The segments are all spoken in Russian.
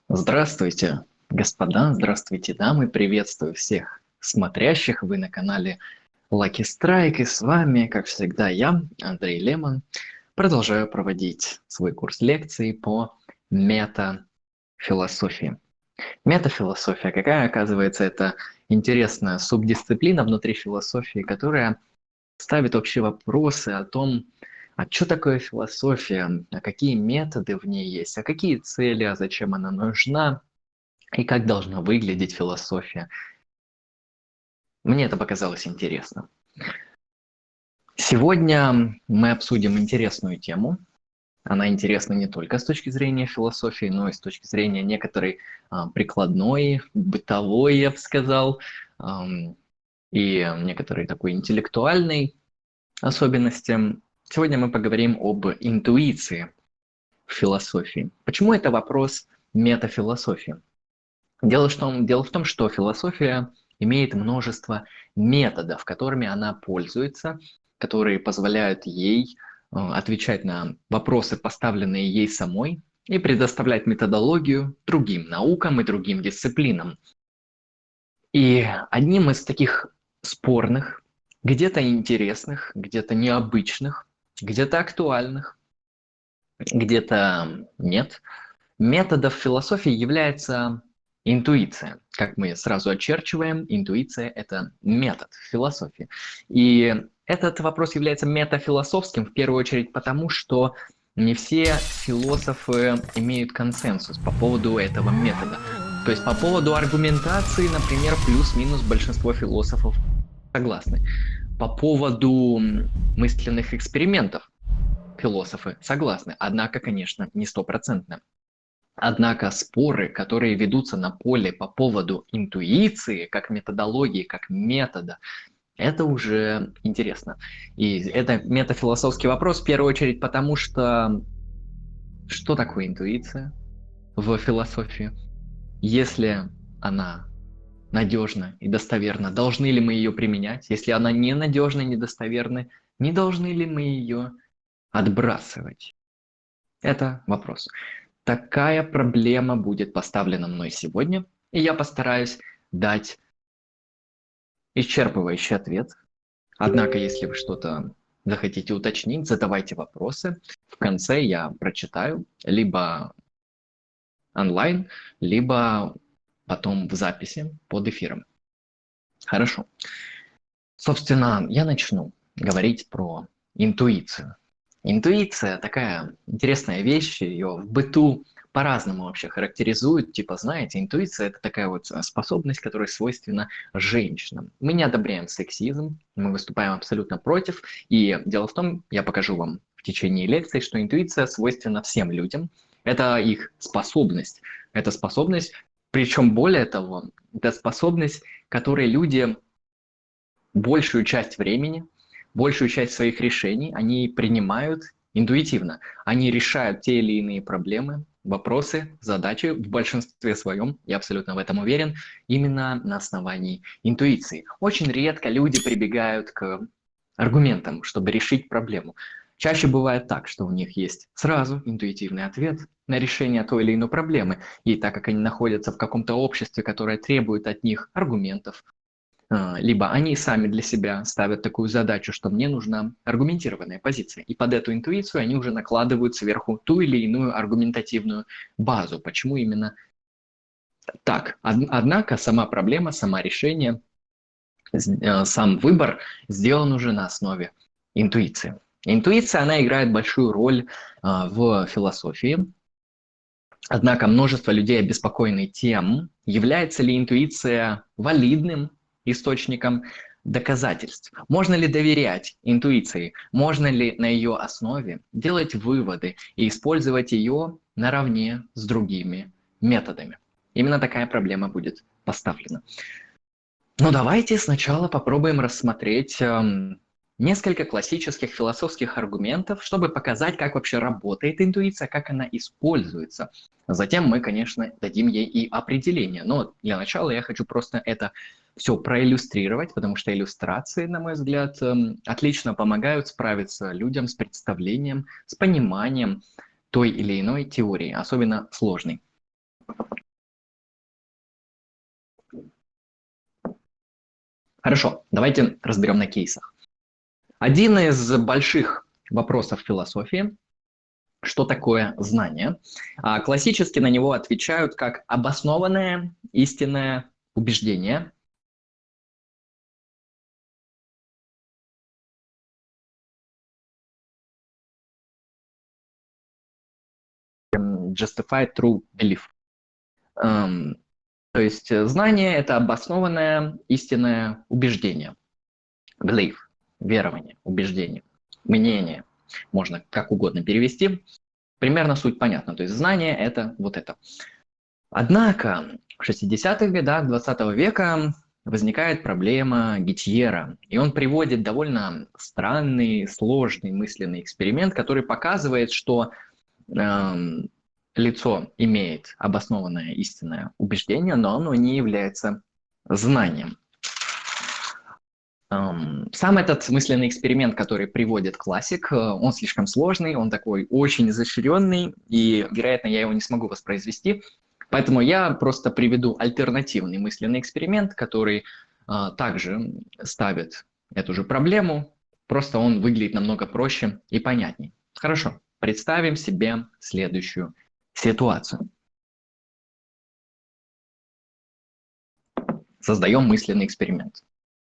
Здравствуйте, господа, здравствуйте, дамы, приветствую всех смотрящих. Вы на канале Lucky Strike, и с вами, как всегда, я, Андрей Лемон, продолжаю проводить свой курс лекций по метафилософии. Метафилософия, какая, оказывается, это интересная субдисциплина внутри философии, которая ставит общие вопросы о том, а что такое философия, а какие методы в ней есть, а какие цели, а зачем она нужна, и как должна выглядеть философия. Мне это показалось интересно. Сегодня мы обсудим интересную тему. Она интересна не только с точки зрения философии, но и с точки зрения некоторой прикладной, бытовой, я бы сказал, и некоторой такой интеллектуальной особенности. Сегодня мы поговорим об интуиции в философии. Почему это вопрос метафилософии? Дело в том, что философия имеет множество методов, которыми она пользуется, которые позволяют ей отвечать на вопросы, поставленные ей самой, и предоставлять методологию другим наукам и другим дисциплинам. И одним из таких спорных, где-то интересных, где-то необычных, где-то актуальных, где-то нет, методов философии является интуиция. Как мы сразу очерчиваем, интуиция – это метод философии. И этот вопрос является метафилософским в первую очередь потому, что не все философы имеют консенсус по поводу этого метода. То есть по поводу аргументации, например, плюс-минус большинство философов согласны. По поводу мысленных экспериментов философы согласны, однако, конечно, не стопроцентно. Однако споры, которые ведутся на поле по поводу интуиции, как методологии, как метода, это уже интересно. И это метафилософский вопрос в первую очередь потому, что такое интуиция в философии? Если она надежна и достоверна, должны ли мы ее применять? Если она ненадежна и недостоверна, не должны ли мы ее отбрасывать? Это вопрос. Такая проблема будет поставлена мной сегодня, и я постараюсь дать исчерпывающий ответ. Однако, если вы что-то захотите уточнить, задавайте вопросы. В конце я прочитаю либо онлайн, либо потом в записи под эфиром. Хорошо. Собственно, я начну говорить про интуицию. Интуиция такая интересная вещь, ее в быту по-разному вообще характеризуют. Типа, знаете, интуиция – это такая вот способность, которая свойственна женщинам. Мы не одобряем сексизм, мы выступаем абсолютно против. И дело в том, я покажу вам в течение лекции, что интуиция свойственна всем людям. Это их способность. Это способность, причем более того, это способность, которой люди большую часть времени, большую часть своих решений они принимают интуитивно. Они решают те или иные проблемы, вопросы, задачи в большинстве своем, я абсолютно в этом уверен, именно на основании интуиции. Очень редко люди прибегают к аргументам, чтобы решить проблему. Чаще бывает так, что у них есть сразу интуитивный ответ на решение той или иной проблемы. И так как они находятся в каком-то обществе, которое требует от них аргументов, либо они сами для себя ставят такую задачу, что мне нужна аргументированная позиция. И под эту интуицию они уже накладывают сверху ту или иную аргументативную базу. Почему именно так? Однако сама проблема, сама решение, сам выбор сделан уже на основе интуиции. Интуиция, она играет большую роль в философии. Однако множество людей обеспокоены тем, является ли интуиция валидным источником доказательств. Можно ли доверять интуиции? Можно ли на ее основе делать выводы и использовать ее наравне с другими методами? Именно такая проблема будет поставлена. Но давайте сначала попробуем рассмотреть несколько классических философских аргументов, чтобы показать, как вообще работает интуиция, как она используется. Затем мы, конечно, дадим ей и определение. Но для начала я хочу просто это все проиллюстрировать, потому что иллюстрации, на мой взгляд, отлично помогают справиться людям с представлением, с пониманием той или иной теории, особенно сложной. Хорошо, давайте разберем на кейсах. Один из больших вопросов философии — что такое знание? Классически на него отвечают как обоснованное истинное убеждение. Justified true belief. То есть знание — это обоснованное истинное убеждение. Belief — верование, убеждение, мнение. Можно как угодно перевести. Примерно суть понятна. То есть знание — это вот это. Однако в 60-х годах 20 века возникает проблема Гитьера, и он приводит довольно странный, сложный мысленный эксперимент, который показывает, что лицо имеет обоснованное истинное убеждение, но оно не является знанием. Сам этот мысленный эксперимент, который приводит классик, он слишком сложный, он такой очень изощренный, и, вероятно, я его не смогу воспроизвести. Поэтому я просто приведу альтернативный мысленный эксперимент, который также ставит эту же проблему, просто он выглядит намного проще и понятнее. Хорошо, представим себе следующую ситуацию. Создаем мысленный эксперимент.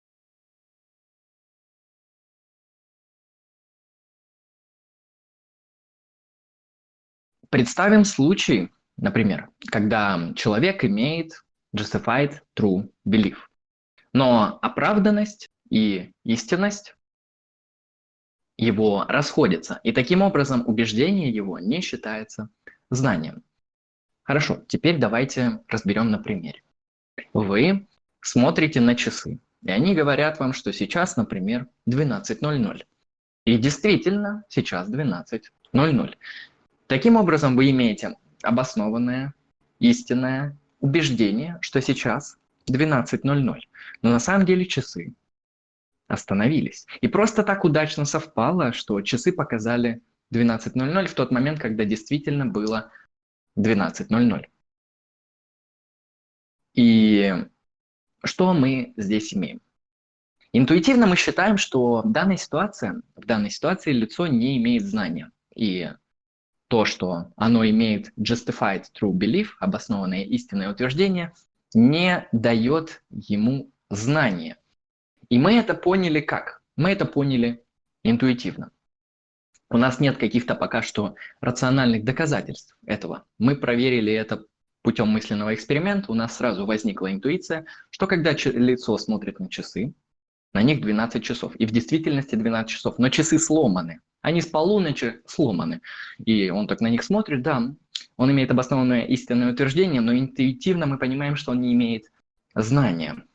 Представим случай, например, когда человек имеет justified true belief, но оправданность и истинность его расходятся, и таким образом убеждение его не считается знанием. Хорошо, теперь давайте разберем на примере. Вы смотрите на часы, и они говорят вам, что сейчас, например, 12:00. И действительно, сейчас 12:00. Таким образом, вы имеете обоснованное, истинное убеждение, что сейчас 12:00. Но на самом деле часы остановились. И просто так удачно совпало, что часы показали 12:00 в тот момент, когда действительно было 12:00. И что мы здесь имеем? Интуитивно мы считаем, что в данной ситуации лицо не имеет знания. И то, что оно имеет justified true belief, обоснованное истинное утверждение, не дает ему знания. И мы это поняли как? Мы это поняли интуитивно. У нас нет каких-то пока что рациональных доказательств этого. Мы проверили это путем мысленного эксперимента, у нас сразу возникла интуиция, что когда лицо смотрит на часы, на них 12 часов. И в действительности 12 часов. Но часы сломаны. Они с полуночи сломаны. И он так на них смотрит, да, он имеет обоснованное истинное утверждение, но интуитивно мы понимаем, что он не имеет знания.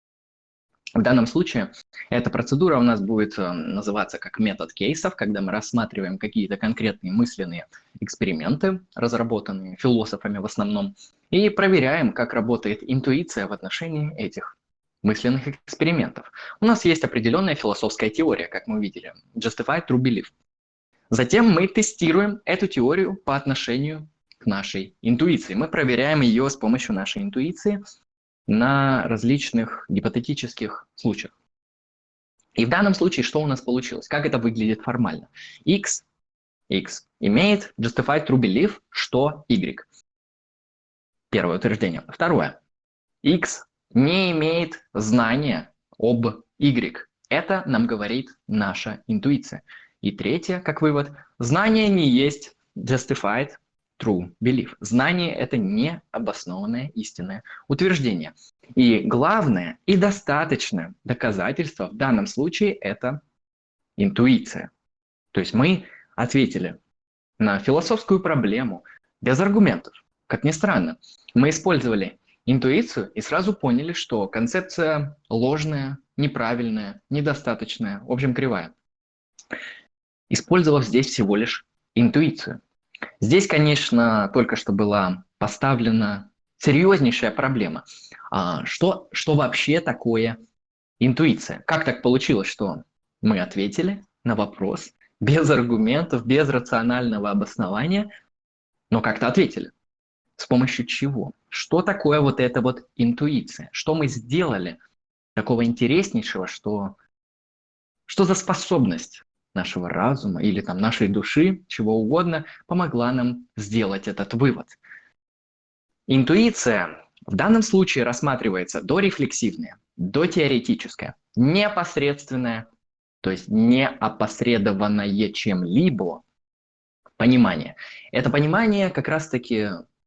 В данном случае эта процедура у нас будет называться как метод кейсов, когда мы рассматриваем какие-то конкретные мысленные эксперименты, разработанные философами в основном, и проверяем, как работает интуиция в отношении этих мысленных экспериментов. У нас есть определенная философская теория, как мы увидели, justified true belief. Затем мы тестируем эту теорию по отношению к нашей интуиции. Мы проверяем ее с помощью нашей интуиции на различных гипотетических случаях. И в данном случае что у нас получилось? Как это выглядит формально? X имеет justified true belief, что Y. Первое утверждение. Второе. X не имеет знания об Y. Это нам говорит наша интуиция. И третье, как вывод, знание не есть justified true belief. Знание — это не обоснованное истинное утверждение. И главное и достаточное доказательство в данном случае — это интуиция. То есть мы ответили на философскую проблему без аргументов. Как ни странно, мы использовали интуицию и сразу поняли, что концепция ложная, неправильная, недостаточная, в общем, кривая. Использовав здесь всего лишь интуицию. Здесь, конечно, только что была поставлена серьезнейшая проблема. Что вообще такое интуиция? Как так получилось, что мы ответили на вопрос без аргументов, без рационального обоснования, но как-то ответили? С помощью чего? Что такое вот эта вот интуиция? Что мы сделали такого интереснейшего, что за способность нашего разума или там нашей души, чего угодно, помогла нам сделать этот вывод. Интуиция в данном случае рассматривается дорефлексивная, дотеоретическая, непосредственная, то есть не опосредованное чем-либо понимание. Это понимание как раз-таки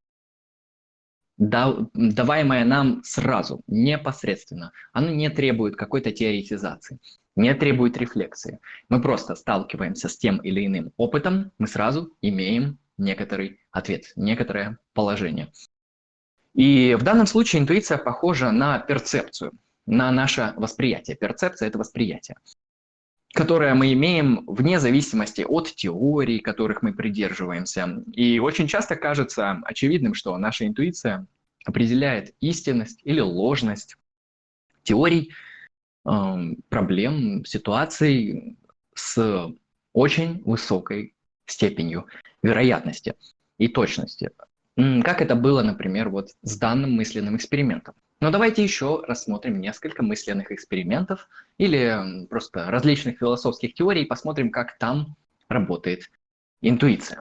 даваемое нам сразу, непосредственно. Оно не требует какой-то теоретизации, не требует рефлексии. Мы просто сталкиваемся с тем или иным опытом, мы сразу имеем некоторый ответ, некоторое положение. И в данном случае интуиция похожа на перцепцию, на наше восприятие. Перцепция – это восприятие, которое мы имеем вне зависимости от теорий, которых мы придерживаемся. И очень часто кажется очевидным, что наша интуиция определяет истинность или ложность теорий, проблем, ситуаций с очень высокой степенью вероятности и точности. Как это было, например, вот с данным мысленным экспериментом. Но давайте еще рассмотрим несколько мысленных экспериментов или просто различных философских теорий и посмотрим, как там работает интуиция.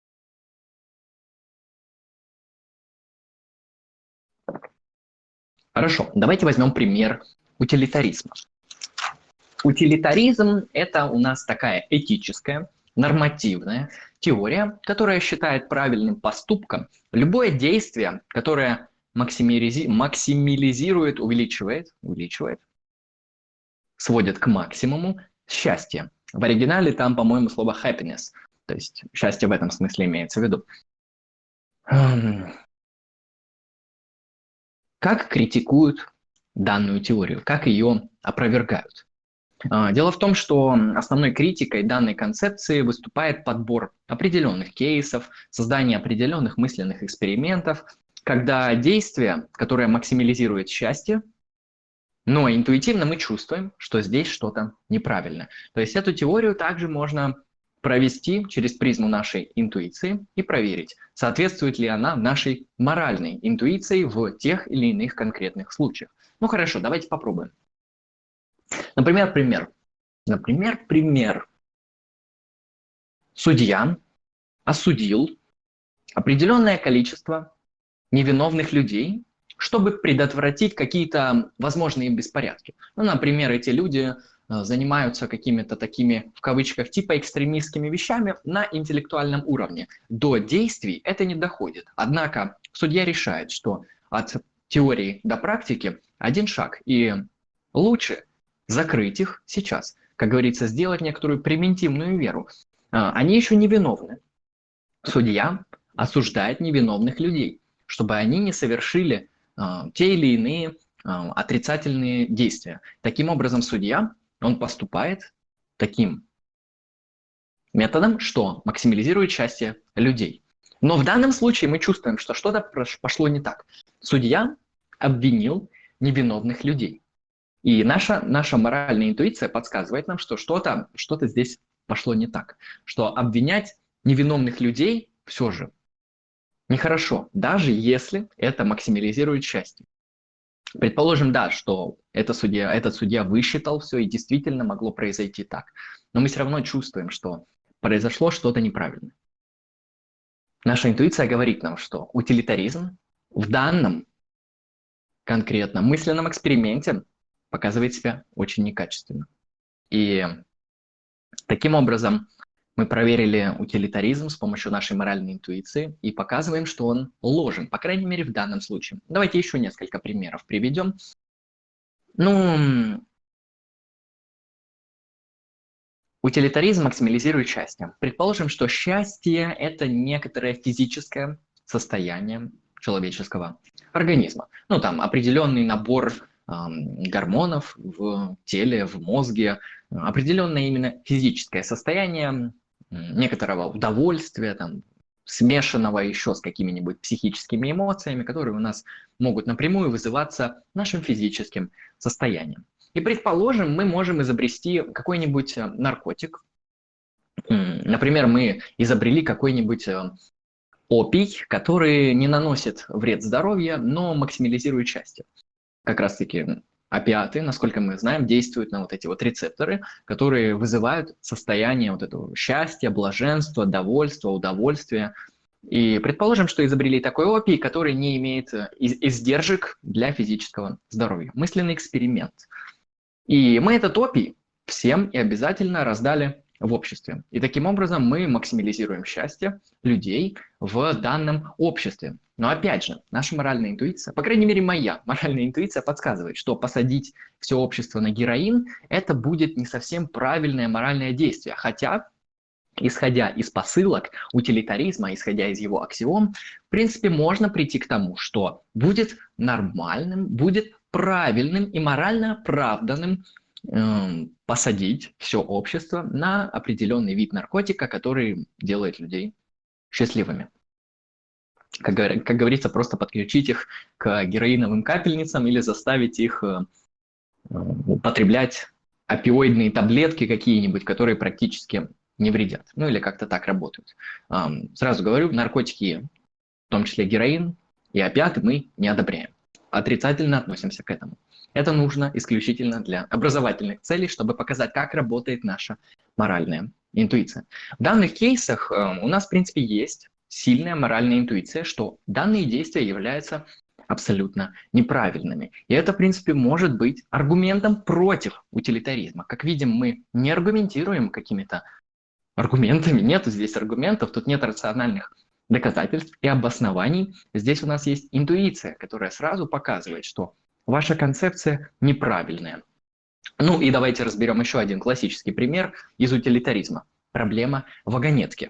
Хорошо, давайте возьмем пример утилитаризма. Утилитаризм – это у нас такая этическая, нормативная теория, которая считает правильным поступком любое действие, которое максимализирует, увеличивает, сводит к максимуму счастье. В оригинале там, по-моему, слово happiness, то есть счастье в этом смысле имеется в виду. Как критикуют данную теорию, как ее опровергают? Дело в том, что основной критикой данной концепции выступает подбор определенных кейсов, создание определенных мысленных экспериментов, когда действие, которое максимализирует счастье, но интуитивно мы чувствуем, что здесь что-то неправильно. То есть эту теорию также можно провести через призму нашей интуиции и проверить, соответствует ли она нашей моральной интуиции в тех или иных конкретных случаях. Ну хорошо, давайте попробуем. Например, пример. Судья осудил определенное количество невиновных людей, чтобы предотвратить какие-то возможные беспорядки. Ну, например, эти люди занимаются какими-то такими, в кавычках, типа экстремистскими вещами на интеллектуальном уровне. До действий это не доходит. Однако судья решает, что от теории до практики один шаг, и лучше закрыть их сейчас. Как говорится, сделать некоторую превентивную меру. Они еще невиновны. Судья осуждает невиновных людей, чтобы они не совершили те или иные отрицательные действия. Таким образом, судья, он поступает таким методом, что максимализирует счастье людей. Но в данном случае мы чувствуем, что что-то пошло не так. Судья обвинил невиновных людей. И наша моральная интуиция подсказывает нам, что что-то здесь пошло не так. Что обвинять невиновных людей все же нехорошо, даже если это максимализирует счастье. Предположим, да, что этот судья высчитал все и действительно могло произойти так. Но мы все равно чувствуем, что произошло что-то неправильное. Наша интуиция говорит нам, что утилитаризм в данном конкретном мысленном эксперименте показывает себя очень некачественно. И таким образом мы проверили утилитаризм с помощью нашей моральной интуиции и показываем, что он ложен, по крайней мере в данном случае. Давайте еще несколько примеров приведем. Утилитаризм максимализирует счастье. Предположим, что счастье – это некоторое физическое состояние человеческого организма. Там определенный набор гормонов в теле, в мозге, определенное именно физическое состояние некоторого удовольствия, смешанного еще с какими-нибудь психическими эмоциями, которые у нас могут напрямую вызываться нашим физическим состоянием. И, предположим, мы можем изобрести какой-нибудь наркотик. Например, мы изобрели какой-нибудь опий, который не наносит вред здоровью, но максимализирует счастье. Как раз-таки опиаты, насколько мы знаем, действуют на вот эти вот рецепторы, которые вызывают состояние вот этого счастья, блаженства, довольства, удовольствия. И предположим, что изобрели такой опий, который не имеет издержек для физического здоровья. Мысленный эксперимент. И мы этот опий всем и обязательно раздали в обществе. И таким образом мы максимализируем счастье людей в данном обществе. Но опять же, наша моральная интуиция, по крайней мере моя моральная интуиция подсказывает, что посадить все общество на героин – это будет не совсем правильное моральное действие. Хотя, исходя из посылок утилитаризма, исходя из его аксиом, в принципе, можно прийти к тому, что будет нормальным, будет правильным и морально оправданным посадить все общество на определенный вид наркотика, который делает людей счастливыми. Как говорится, просто подключить их к героиновым капельницам или заставить их употреблять опиоидные таблетки какие-нибудь, которые практически не вредят. Ну или как-то так работают. Сразу говорю, наркотики, в том числе героин и опиаты, мы не одобряем. Отрицательно относимся к этому. Это нужно исключительно для образовательных целей, чтобы показать, как работает наша моральная интуиция. В данных кейсах у нас, в принципе, есть сильная моральная интуиция, что данные действия являются абсолютно неправильными. И это, в принципе, может быть аргументом против утилитаризма. Как видим, мы не аргументируем какими-то аргументами, нету здесь аргументов, тут нет рациональных доказательств и обоснований. Здесь у нас есть интуиция, которая сразу показывает, что ваша концепция неправильная. Ну и давайте разберем еще один классический пример из утилитаризма. Проблема вагонетки.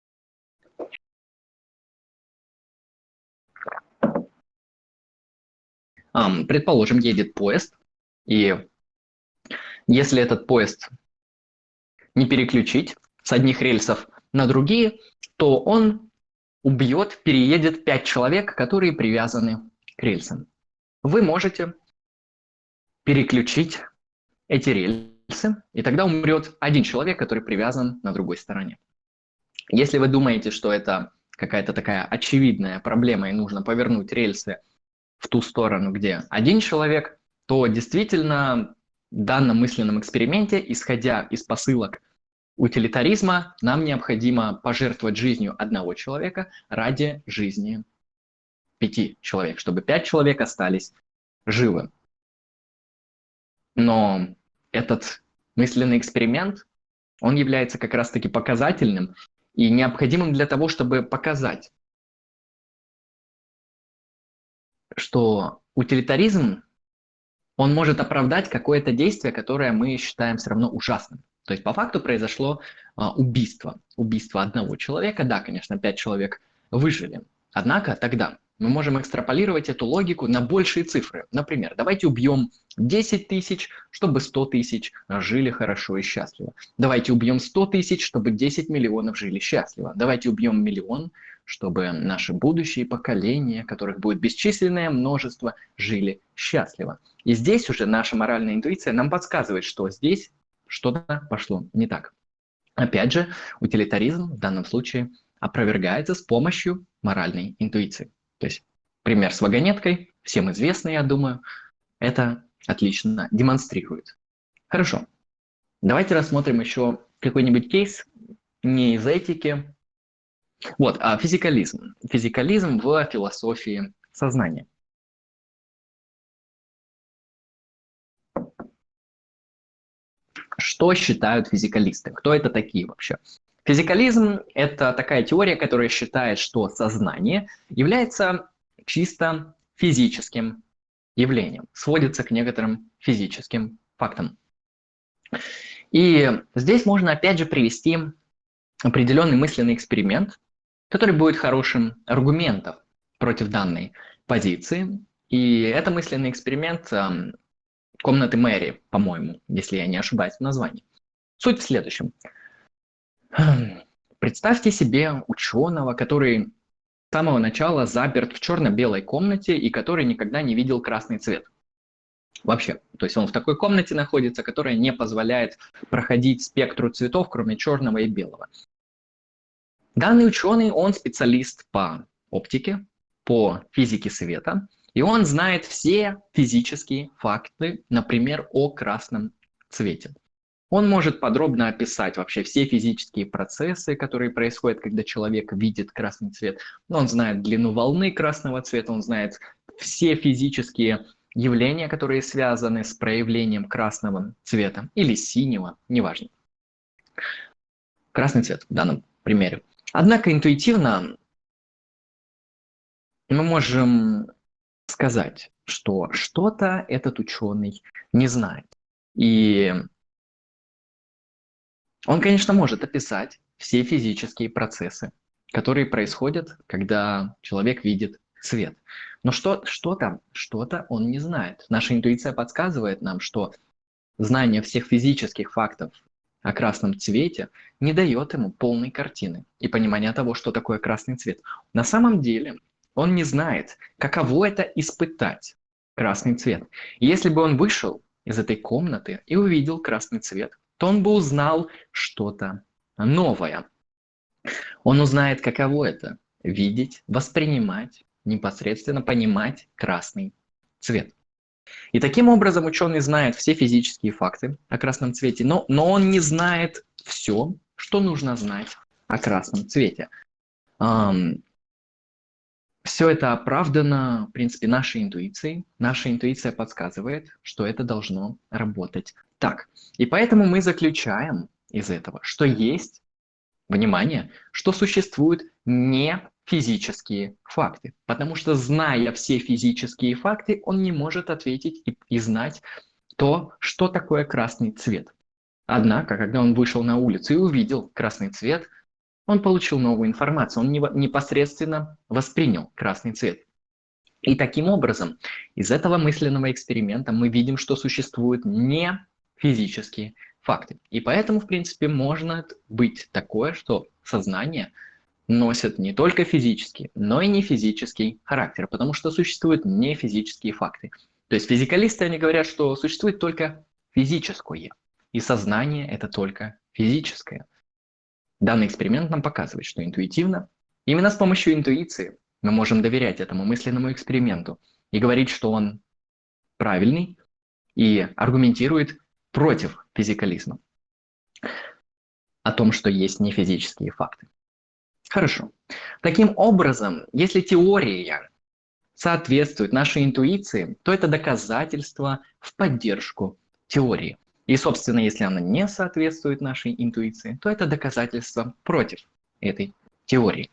Предположим, едет поезд, и если этот поезд не переключить с одних рельсов на другие, то он убьет, переедет 5 человек, которые привязаны к рельсам. Вы можете переключить эти рельсы, и тогда умрет один человек, который привязан на другой стороне. Если вы думаете, что это какая-то такая очевидная проблема и нужно повернуть рельсы в ту сторону, где один человек, то действительно в данном мысленном эксперименте, исходя из посылок утилитаризма, нам необходимо пожертвовать жизнью одного человека ради жизни 5 человек, чтобы 5 человек остались живы. Но этот мысленный эксперимент, он является как раз-таки показательным и необходимым для того, чтобы показать, что утилитаризм, он может оправдать какое-то действие, которое мы считаем все равно ужасным. То есть по факту произошло убийство. Убийство одного человека. Да, конечно, 5 человек выжили. Однако тогда мы можем экстраполировать эту логику на большие цифры. Например, давайте убьем 10 тысяч, чтобы 100 тысяч жили хорошо и счастливо. Давайте убьем 100 тысяч, чтобы 10 миллионов жили счастливо. Давайте убьем миллион, чтобы наши будущие поколения, которых будет бесчисленное множество, жили счастливо. И здесь уже наша моральная интуиция нам подсказывает, что здесь что-то пошло не так. Опять же, утилитаризм в данном случае опровергается с помощью моральной интуиции. То есть пример с вагонеткой, всем известный, я думаю, это отлично демонстрирует. Хорошо, давайте рассмотрим еще какой-нибудь кейс не из этики. Вот, физикализм. Физикализм в философии сознания. Что считают физикалисты? Кто это такие вообще? Физикализм – это такая теория, которая считает, что сознание является чисто физическим явлением, сводится к некоторым физическим фактам. И здесь можно опять же привести определенный мысленный эксперимент, который будет хорошим аргументом против данной позиции. И это мысленный эксперимент комнаты Мэри, по-моему, если я не ошибаюсь в названии. Суть в следующем. Представьте себе ученого, который с самого начала заперт в черно-белой комнате и который никогда не видел красный цвет. Вообще. То есть он в такой комнате находится, которая не позволяет проходить спектру цветов, кроме черного и белого. Данный ученый, он специалист по оптике, по физике света, И он знает все физические факты, например, о красном цвете. Он может подробно описать вообще все физические процессы, которые происходят, когда человек видит красный цвет. Он знает длину волны красного цвета, он знает все физические явления, которые связаны с проявлением красного цвета или синего, неважно. Красный цвет в данном примере. Однако интуитивно мы можем сказать, что что-то этот ученый не знает. И он, конечно, может описать все физические процессы, которые происходят, когда человек видит цвет. Но что-то он не знает. Наша интуиция подсказывает нам, что знание всех физических фактов о красном цвете не дает ему полной картины и понимания того, что такое красный цвет. На самом деле он не знает, каково это испытать красный цвет. И если бы он вышел из этой комнаты и увидел красный цвет, то он бы узнал что-то новое. Он узнает, каково это – видеть, воспринимать, непосредственно понимать красный цвет. И таким образом ученый знает все физические факты о красном цвете, но он не знает все, что нужно знать о красном цвете. Все это оправдано, в принципе, нашей интуицией. Наша интуиция подсказывает, что это должно работать так. И поэтому мы заключаем из этого, что есть, внимание, что существуют не физические факты. Потому что, зная все физические факты, он не может ответить и знать то, что такое красный цвет. Однако, когда он вышел на улицу и увидел красный цвет, он получил новую информацию, он непосредственно воспринял красный цвет. И таким образом, из этого мысленного эксперимента мы видим, что существуют не физические факты. И поэтому, в принципе, может быть такое, что сознание носит не только физический, но и не физический характер, потому что существуют не физические факты. То есть физикалисты, они говорят, что существует только физическое, и сознание – это только физическое. Данный эксперимент нам показывает, что интуитивно, именно с помощью интуиции мы можем доверять этому мысленному эксперименту и говорить, что он правильный и аргументирует против физикализма о том, что есть нефизические факты. Хорошо. Таким образом, если теория соответствует нашей интуиции, то это доказательство в поддержку теории. И, собственно, если она не соответствует нашей интуиции, то это доказательство против этой теории.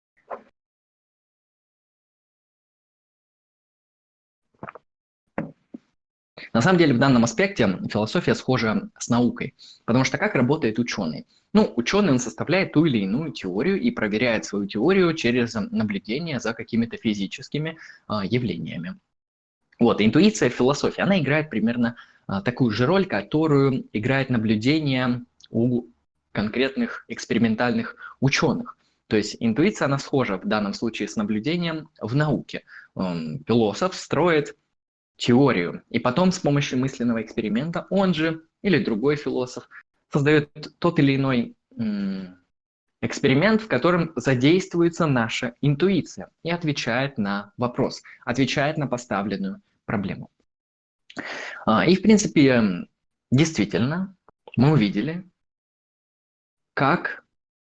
На самом деле в данном аспекте философия схожа с наукой, потому что как работает ученый? Ученый он составляет ту или иную теорию и проверяет свою теорию через наблюдение за какими-то физическими явлениями. Интуиция в философии, она играет примерно такую же роль, которую играет наблюдение у конкретных экспериментальных ученых. То есть интуиция, она схожа в данном случае с наблюдением в науке. Философ строит теорию, и потом с помощью мысленного эксперимента он же или другой философ создает тот или иной эксперимент, в котором задействуется наша интуиция и отвечает на вопрос, отвечает на поставленную проблему. И, в принципе, действительно, мы увидели, как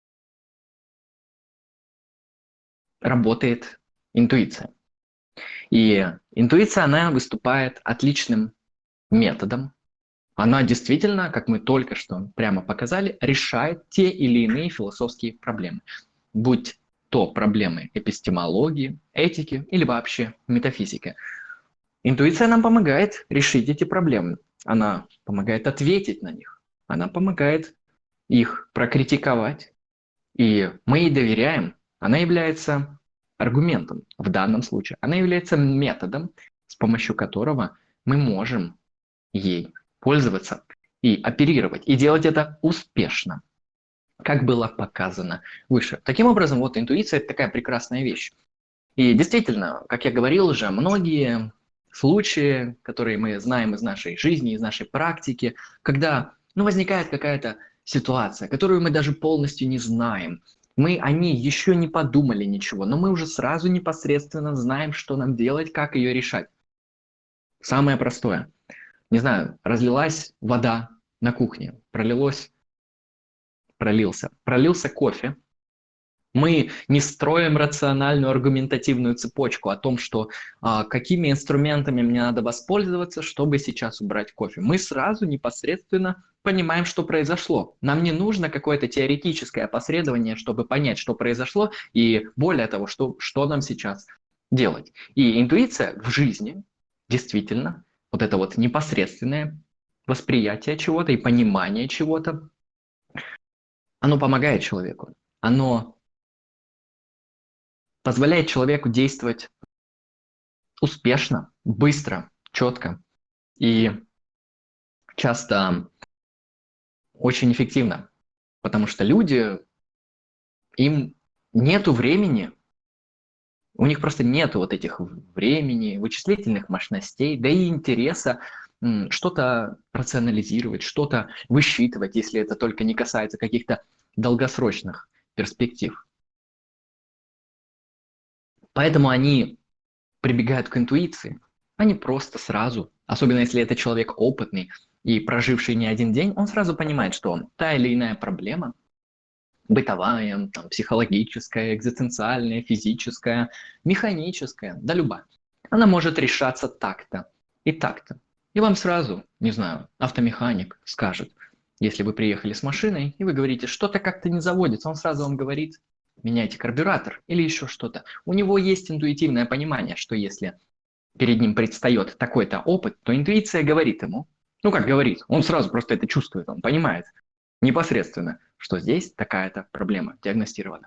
работает интуиция. И интуиция, она выступает отличным методом. Она действительно, как мы только что прямо показали, решает те или иные философские проблемы. Будь то проблемы эпистемологии, этики или вообще метафизики. Интуиция нам помогает решить эти проблемы. Она помогает ответить на них. Она помогает их прокритиковать. И мы ей доверяем. Она является аргументом в данном случае. Она является методом, с помощью которого мы можем ей пользоваться и оперировать, и делать это успешно, как было показано выше. Таким образом, интуиция – это такая прекрасная вещь. И действительно, как я говорил уже, многие случаи, которые мы знаем из нашей жизни, из нашей практики, когда возникает какая-то ситуация, которую мы даже полностью не знаем, Они еще не подумали ничего, но мы уже сразу непосредственно знаем, что нам делать, как ее решать. Самое простое. Не знаю, разлилась вода на кухне, пролился кофе. Мы не строим рациональную аргументативную цепочку о том, что какими инструментами мне надо воспользоваться, чтобы сейчас убрать кофе. Мы сразу непосредственно понимаем, что произошло. Нам не нужно какое-то теоретическое опосредование, чтобы понять, что произошло, и более того, что нам сейчас делать. И интуиция в жизни действительно, вот это вот непосредственное восприятие чего-то и понимание чего-то, оно помогает человеку. Оно позволяет человеку действовать успешно, быстро, четко и часто очень эффективно. Потому что люди, им нету времени, у них просто нету вот этих времени, вычислительных мощностей, да и интереса что-то рационализировать, что-то высчитывать, если это только не касается каких-то долгосрочных перспектив. Поэтому они прибегают к интуиции. Они просто сразу, особенно если это человек опытный и проживший не один день, он сразу понимает, что та или иная проблема, бытовая, там, психологическая, экзистенциальная, физическая, механическая, да любая, она может решаться так-то и так-то. И вам сразу, не знаю, автомеханик скажет, если вы приехали с машиной, и вы говорите, что-то как-то не заводится, он сразу вам говорит, меняйте карбюратор или еще что-то. У него есть интуитивное понимание, что если перед ним предстает такой-то опыт, то интуиция говорит ему, ну как говорит, он сразу просто это чувствует, он понимает непосредственно, что здесь такая-то проблема диагностирована.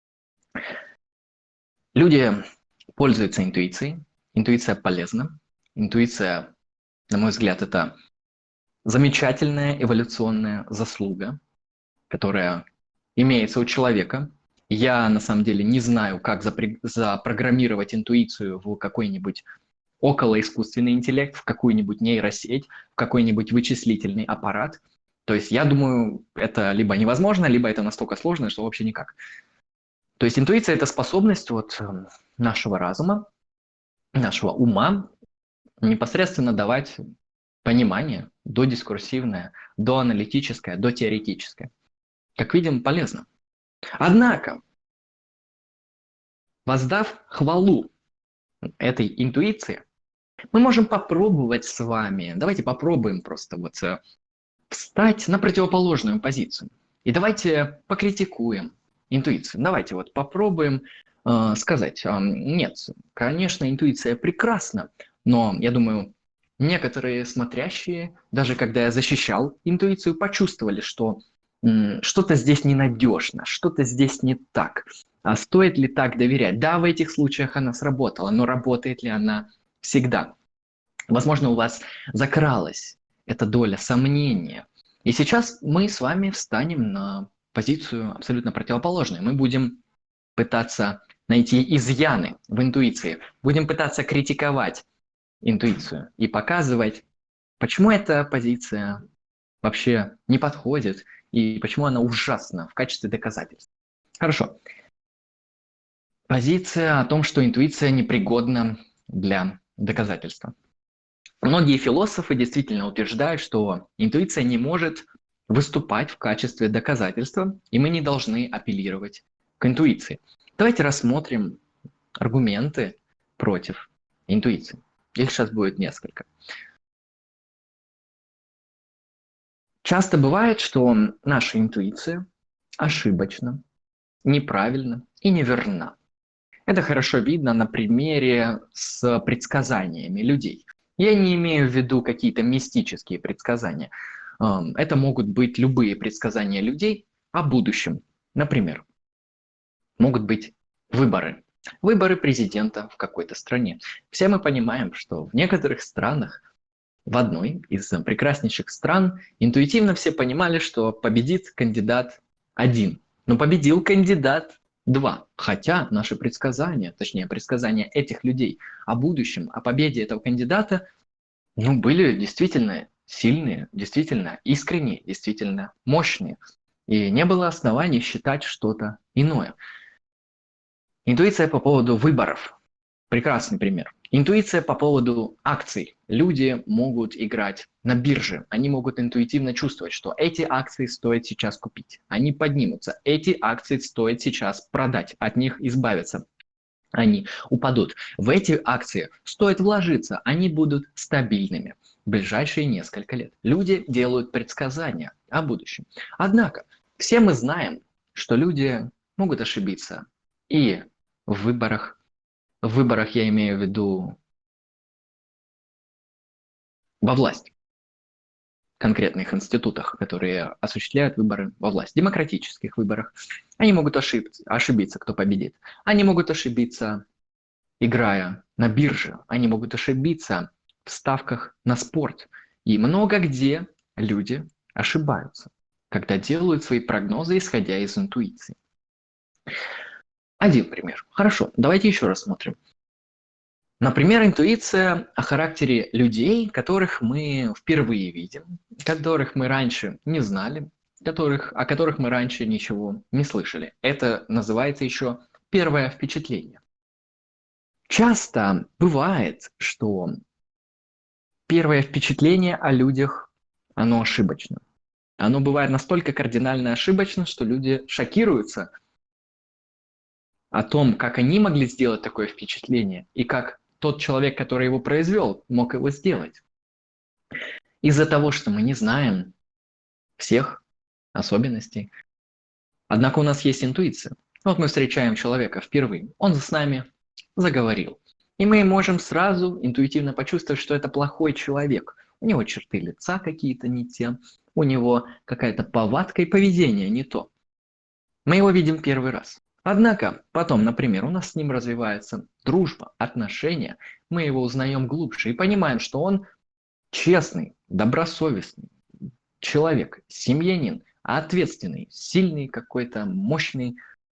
Люди пользуются интуицией, интуиция полезна, интуиция, на мой взгляд, это замечательная эволюционная заслуга, которая имеется у человека. Я на самом деле не знаю, как запрограммировать интуицию в какой-нибудь околоискусственный интеллект, в какую-нибудь нейросеть, в какой-нибудь вычислительный аппарат. То есть я думаю, это либо невозможно, либо это настолько сложно, что вообще никак. То есть интуиция – это способность вот нашего разума, нашего ума непосредственно давать понимание додискурсивное, доаналитическое, дотеоретическое. Как видим, полезно. Однако, воздав хвалу этой интуиции, мы можем попробовать с вами, давайте попробуем просто вот встать на противоположную позицию. И давайте покритикуем интуицию. Давайте вот попробуем сказать, нет, конечно, интуиция прекрасна, но я думаю, некоторые смотрящие, даже когда я защищал интуицию, почувствовали, что что-то здесь ненадежно, что-то здесь не так. А стоит ли так доверять? Да, в этих случаях она сработала, но работает ли она всегда? Возможно, у вас закралась эта доля сомнения. И сейчас мы с вами встанем на позицию абсолютно противоположную. Мы будем пытаться найти изъяны в интуиции, будем пытаться критиковать интуицию и показывать, почему эта позиция вообще не подходит и почему она ужасна в качестве доказательства. Хорошо. Позиция о том, что интуиция непригодна для доказательства. Многие философы действительно утверждают, что интуиция не может выступать в качестве доказательства, и мы не должны апеллировать к интуиции. Давайте рассмотрим аргументы против интуиции. Их сейчас будет несколько. Часто бывает, что наша интуиция ошибочна, неправильна и неверна. Это хорошо видно на примере с предсказаниями людей. Я не имею в виду какие-то мистические предсказания. Это могут быть любые предсказания людей о будущем. Например, могут быть выборы. Выборы президента в какой-то стране. Все мы понимаем, что в некоторых странах, в одной из прекраснейших стран, интуитивно все понимали, что победит кандидат один. Но победил кандидат два. Хотя наши предсказания, точнее предсказания этих людей о будущем, о победе этого кандидата, были действительно сильные, действительно искренние, действительно мощные. И не было оснований считать что-то иное. Интуиция по поводу выборов. Прекрасный пример. Интуиция по поводу акций. Люди могут играть на бирже. Они могут интуитивно чувствовать, что эти акции стоит сейчас купить. Они поднимутся. Эти акции стоит сейчас продать. От них избавиться. Они упадут. В эти акции стоит вложиться. Они будут стабильными в ближайшие несколько лет. Люди делают предсказания о будущем. Однако, все мы знаем, что люди могут ошибиться и в выборах. В выборах я имею в виду во власть, конкретных институтах, которые осуществляют выборы во власть, демократических выборах. Они могут ошибиться, кто победит. Они могут ошибиться, играя на бирже. Они могут ошибиться в ставках на спорт. И много где люди ошибаются, когда делают свои прогнозы, исходя из интуиции. Один пример. Хорошо, давайте еще рассмотрим. Например, интуиция о характере людей, которых мы впервые видим, которых мы раньше не знали, о которых мы раньше ничего не слышали. Это называется еще первое впечатление. Часто бывает, что первое впечатление о людях, оно ошибочно. Оно бывает настолько кардинально ошибочно, что люди шокируются о том, как они могли сделать такое впечатление и как тот человек, который его произвел, мог его сделать. Из-за того, что мы не знаем всех особенностей. Однако у нас есть интуиция. Вот мы встречаем человека впервые, он с нами заговорил. И мы можем сразу интуитивно почувствовать, что это плохой человек. У него черты лица какие-то не те, у него какая-то повадка и поведение не то. Мы его видим первый раз. Однако потом, например, у нас с ним развивается дружба, отношения, мы его узнаем глубже и понимаем, что он честный, добросовестный человек, семьянин, ответственный, сильный какой-то, мощный,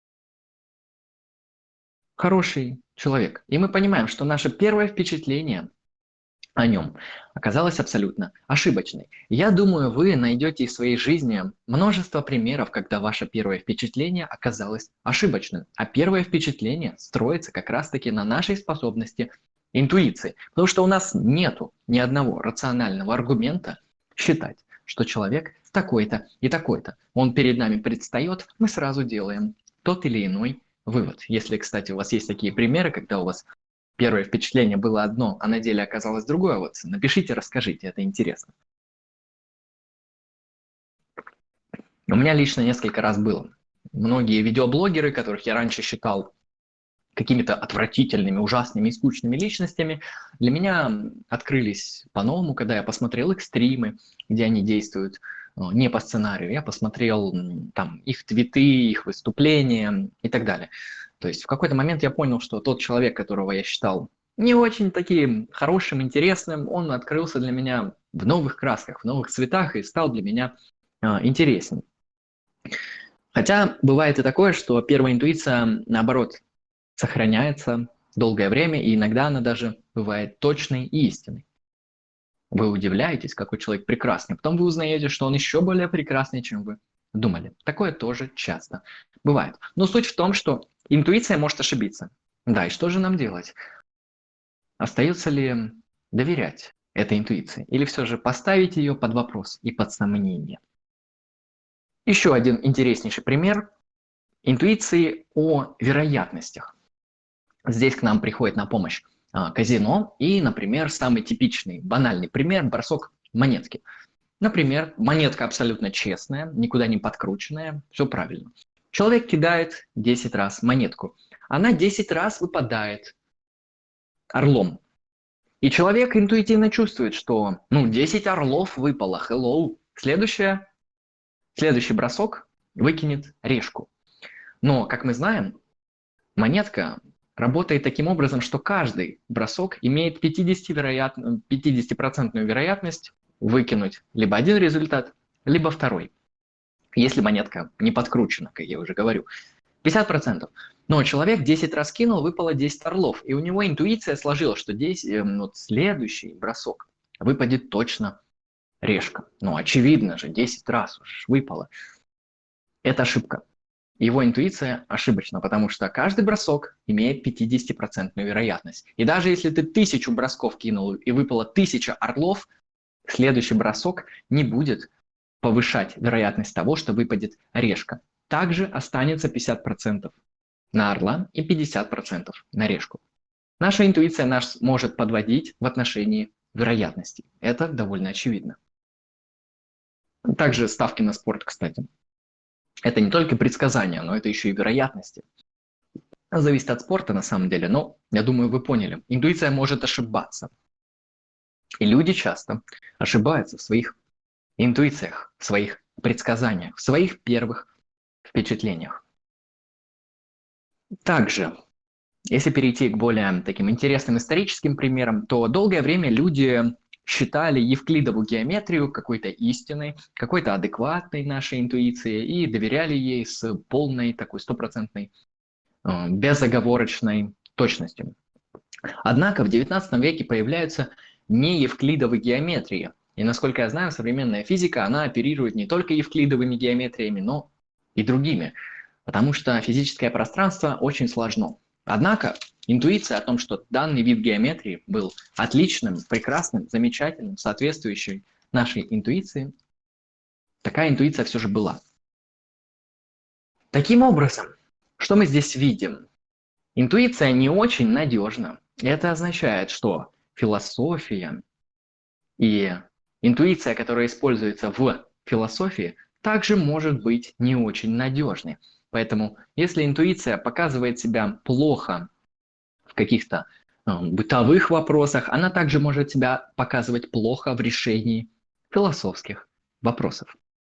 хороший человек. И мы понимаем, что наше первое впечатление о нем оказалось абсолютно ошибочной. Я думаю, вы найдете в своей жизни множество примеров, когда ваше первое впечатление оказалось ошибочным. А первое впечатление строится как раз-таки на нашей способности интуиции. Потому что у нас нету ни одного рационального аргумента считать, что человек такой-то и такой-то. Он перед нами предстает, мы сразу делаем тот или иной вывод. Если, кстати, у вас есть такие примеры, когда у вас первое впечатление было одно, а на деле оказалось другое, вот напишите, расскажите, это интересно. У меня лично несколько раз было. Многие видеоблогеры, которых я раньше считал какими-то отвратительными, ужасными и скучными личностями, для меня открылись по-новому, когда я посмотрел их стримы, где они действуют не по сценарию. Я посмотрел там их твиты, их выступления и так далее. То есть в какой-то момент я понял, что тот человек, которого я считал не очень таким хорошим, интересным, он открылся для меня в новых красках, в новых цветах и стал для меня интересен. Хотя бывает и такое, что первая интуиция, наоборот, сохраняется долгое время, и иногда она даже бывает точной и истинной. Вы удивляетесь, какой человек прекрасный, потом вы узнаете, что он еще более прекрасный, чем вы думали. Такое тоже часто бывает. Но суть в том, что интуиция может ошибиться. Да, и что же нам делать? Остается ли доверять этой интуиции? Или все же поставить ее под вопрос и под сомнение? Еще один интереснейший пример интуиции о вероятностях. Здесь к нам приходит на помощь казино и, например, самый типичный, банальный пример – бросок монетки. Например, монетка абсолютно честная, никуда не подкрученная, все правильно. Человек кидает 10 раз монетку. Она 10 раз выпадает орлом. И человек интуитивно чувствует, что 10 орлов выпало, hello. Следующий бросок выкинет решку. Но, как мы знаем, монетка работает таким образом, что каждый бросок имеет 50% вероятность выкинуть либо один результат, либо второй. Если монетка не подкручена, как я уже говорю. 50%. Но человек 10 раз кинул, выпало 10 орлов. И у него интуиция сложила, что следующий бросок выпадет точно решка. Очевидно же, 10 раз уж выпало. Это ошибка. его интуиция ошибочна, потому что каждый бросок имеет 50% вероятность. И даже если ты 1000 бросков кинул и выпало 1000 орлов, следующий бросок не будет повышать вероятность того, что выпадет решка. Также останется 50% на орла и 50% на решку. Наша интуиция нас может подводить в отношении вероятностей. Это довольно очевидно. Также ставки на спорт, кстати. Это не только предсказания, но это еще и вероятности. Зависит от спорта на самом деле, но я думаю, вы поняли. Интуиция может ошибаться. И люди часто ошибаются в своих интуициях, в своих предсказаниях, в своих первых впечатлениях. Также, если перейти к более таким интересным историческим примерам, то долгое время люди считали евклидову геометрию какой-то истиной, какой-то адекватной нашей интуиции и доверяли ей с полной такой стопроцентной безоговорочной точностью. Однако в XIX веке появляются неевклидовые геометрии. И насколько я знаю, современная физика, она оперирует не только евклидовыми геометриями, но и другими. Потому что физическое пространство очень сложно. Однако интуиция о том, что данный вид геометрии был отличным, прекрасным, замечательным, соответствующим нашей интуиции, такая интуиция все же была. Таким образом, что мы здесь видим? Интуиция не очень надежна. Это означает, что философия и интуиция, которая используется в философии, также может быть не очень надежной. Поэтому, если интуиция показывает себя плохо в каких-то бытовых вопросах, она также может себя показывать плохо в решении философских вопросов.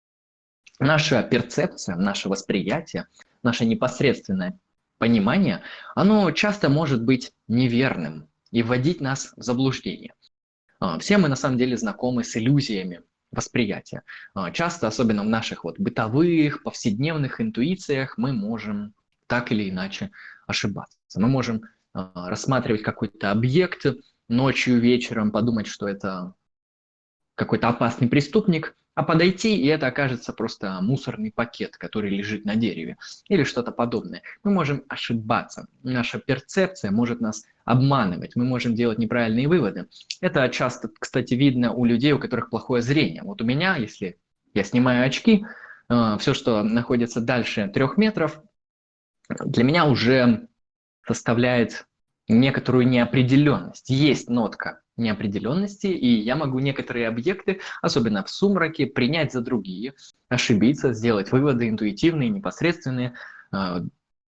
Наша перцепция, наше восприятие, наше непосредственное понимание, оно часто может быть неверным и вводить нас в заблуждение. Все мы на самом деле знакомы с иллюзиями восприятия. Часто, особенно в наших бытовых, повседневных интуициях, мы можем так или иначе ошибаться. Мы можем рассматривать какой-то объект ночью, вечером, подумать, что это какой-то опасный преступник, а подойти, и это окажется просто мусорный пакет, который лежит на дереве, или что-то подобное. Мы можем ошибаться. Наша перцепция может нас обманывать, мы можем делать неправильные выводы. Это часто, кстати, видно у людей, у которых плохое зрение. Вот у меня, если я снимаю очки, все, что находится дальше 3 метров, для меня уже составляет некоторую неопределенность. Есть нотка неопределенности, и я могу некоторые объекты, особенно в сумраке, принять за другие, ошибиться, сделать выводы интуитивные, непосредственные в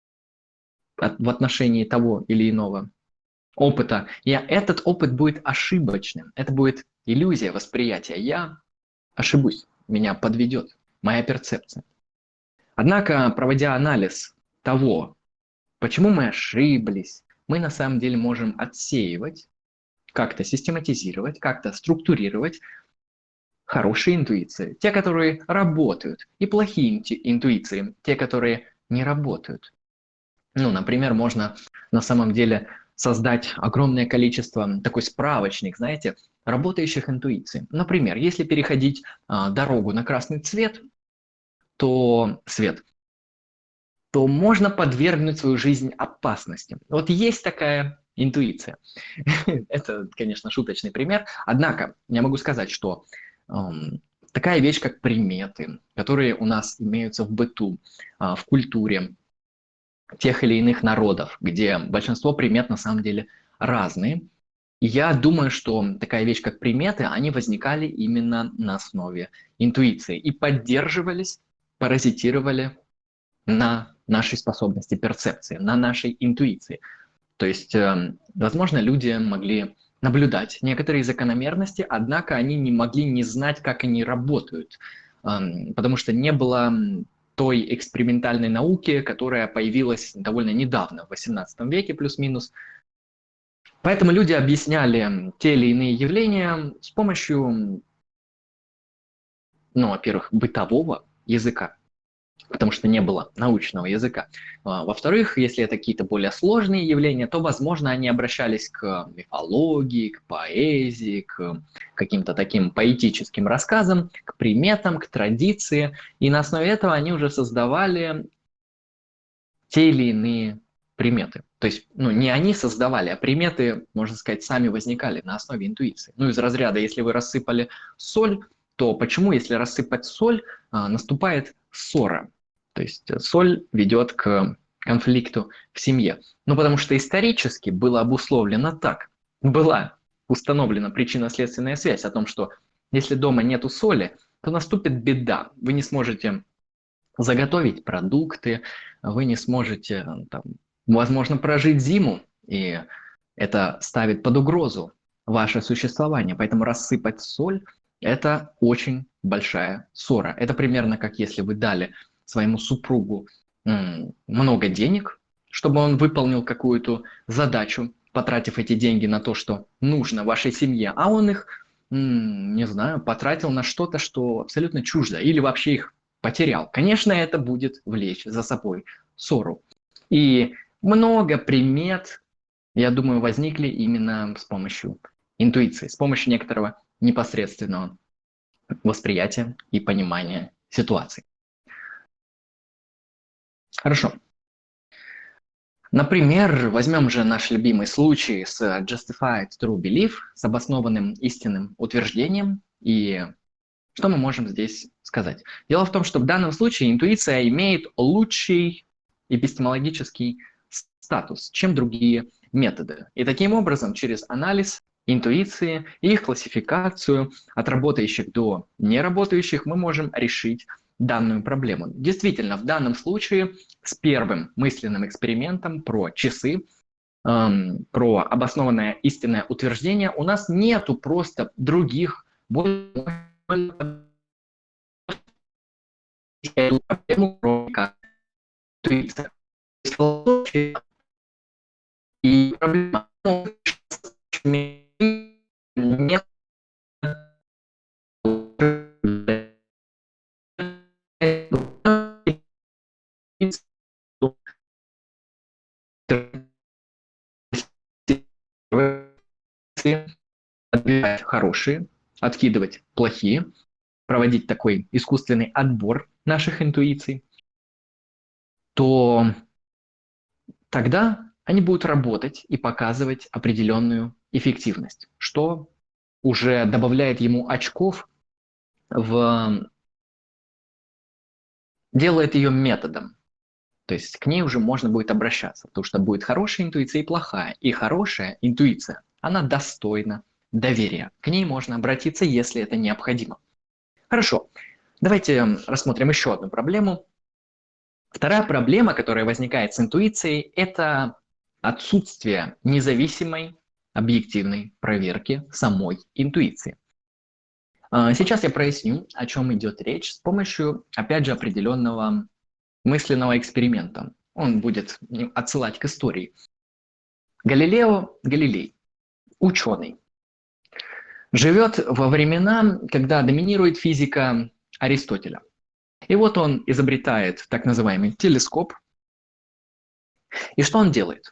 отношении того или иного опыта. И этот опыт будет ошибочным, это будет иллюзия восприятия. Я ошибусь, меня подведет моя перцепция. Однако, проводя анализ того, почему мы ошиблись, мы на самом деле можем отсеивать, как-то систематизировать, как-то структурировать хорошие интуиции, те, которые работают, и плохие интуиции, те, которые не работают. Например, можно на самом деле создать огромное количество, такой справочник, знаете, работающих интуиций. Например, если переходить дорогу на красный цвет, то можно подвергнуть свою жизнь опасности. Вот есть такая интуиция. Это, конечно, шуточный пример. Однако я могу сказать, что такая вещь, как приметы, которые у нас имеются в быту, в культуре тех или иных народов, где большинство примет на самом деле разные. И я думаю, что такая вещь, как приметы, они возникали именно на основе интуиции и поддерживались, паразитировали на нашей способности перцепции, на нашей интуиции. То есть, возможно, люди могли наблюдать некоторые закономерности, однако они не могли не знать, как они работают, потому что не было той экспериментальной науки, которая появилась довольно недавно, в XVIII веке плюс-минус. Поэтому люди объясняли те или иные явления с помощью, во-первых, бытового языка, потому что не было научного языка. Во-вторых, если это какие-то более сложные явления, то, возможно, они обращались к мифологии, к поэзии, к каким-то таким поэтическим рассказам, к приметам, к традиции. И на основе этого они уже создавали те или иные приметы. То есть, не они создавали, а приметы, можно сказать, сами возникали на основе интуиции. Из разряда, если вы рассыпали соль, то почему, если рассыпать соль, наступает ссора? То есть соль ведет к конфликту в семье. Потому что исторически было обусловлено так. Была установлена причинно-следственная связь о том, что если дома нету соли, то наступит беда. Вы не сможете заготовить продукты, вы не сможете, возможно, прожить зиму, и это ставит под угрозу ваше существование. Поэтому рассыпать соль – это очень большая ссора. Это примерно как если вы дали своему супругу много денег, чтобы он выполнил какую-то задачу, потратив эти деньги на то, что нужно вашей семье, а он их, не знаю, потратил на что-то, что абсолютно чуждо, или вообще их потерял. Конечно, это будет влечь за собой ссору. И много примет, я думаю, возникли именно с помощью интуиции, с помощью некоторого непосредственного восприятия и понимания ситуации. Хорошо. Например, возьмем же наш любимый случай с justified true belief, с обоснованным истинным утверждением. И что мы можем здесь сказать? Дело в том, что в данном случае интуиция имеет лучший эпистемологический статус, чем другие методы. И таким образом, через анализ интуиции и их классификацию от работающих до неработающих мы можем решить данную проблему. Действительно, в данном случае с первым мысленным экспериментом про часы, про обоснованное истинное утверждение у нас нету просто других проблему, кроме как интуиция. И проблема нет отбирать хорошие, откидывать плохие, проводить такой искусственный отбор наших интуиций, то тогда они будут работать и показывать определенную эффективность, что уже добавляет ему очков, делает ее методом. То есть к ней уже можно будет обращаться, потому что будет хорошая интуиция и плохая. И хорошая интуиция, она достойна доверия. К ней можно обратиться, если это необходимо. Хорошо, давайте рассмотрим еще одну проблему. Вторая проблема, которая возникает с интуицией, это отсутствие независимой объективной проверки самой интуиции. Сейчас я проясню, о чем идет речь с помощью, опять же, определенного мысленного эксперимента. Он будет отсылать к истории. Галилео Галилей, ученый, живет во времена, когда доминирует физика Аристотеля. И вот он изобретает так называемый телескоп. И что он делает?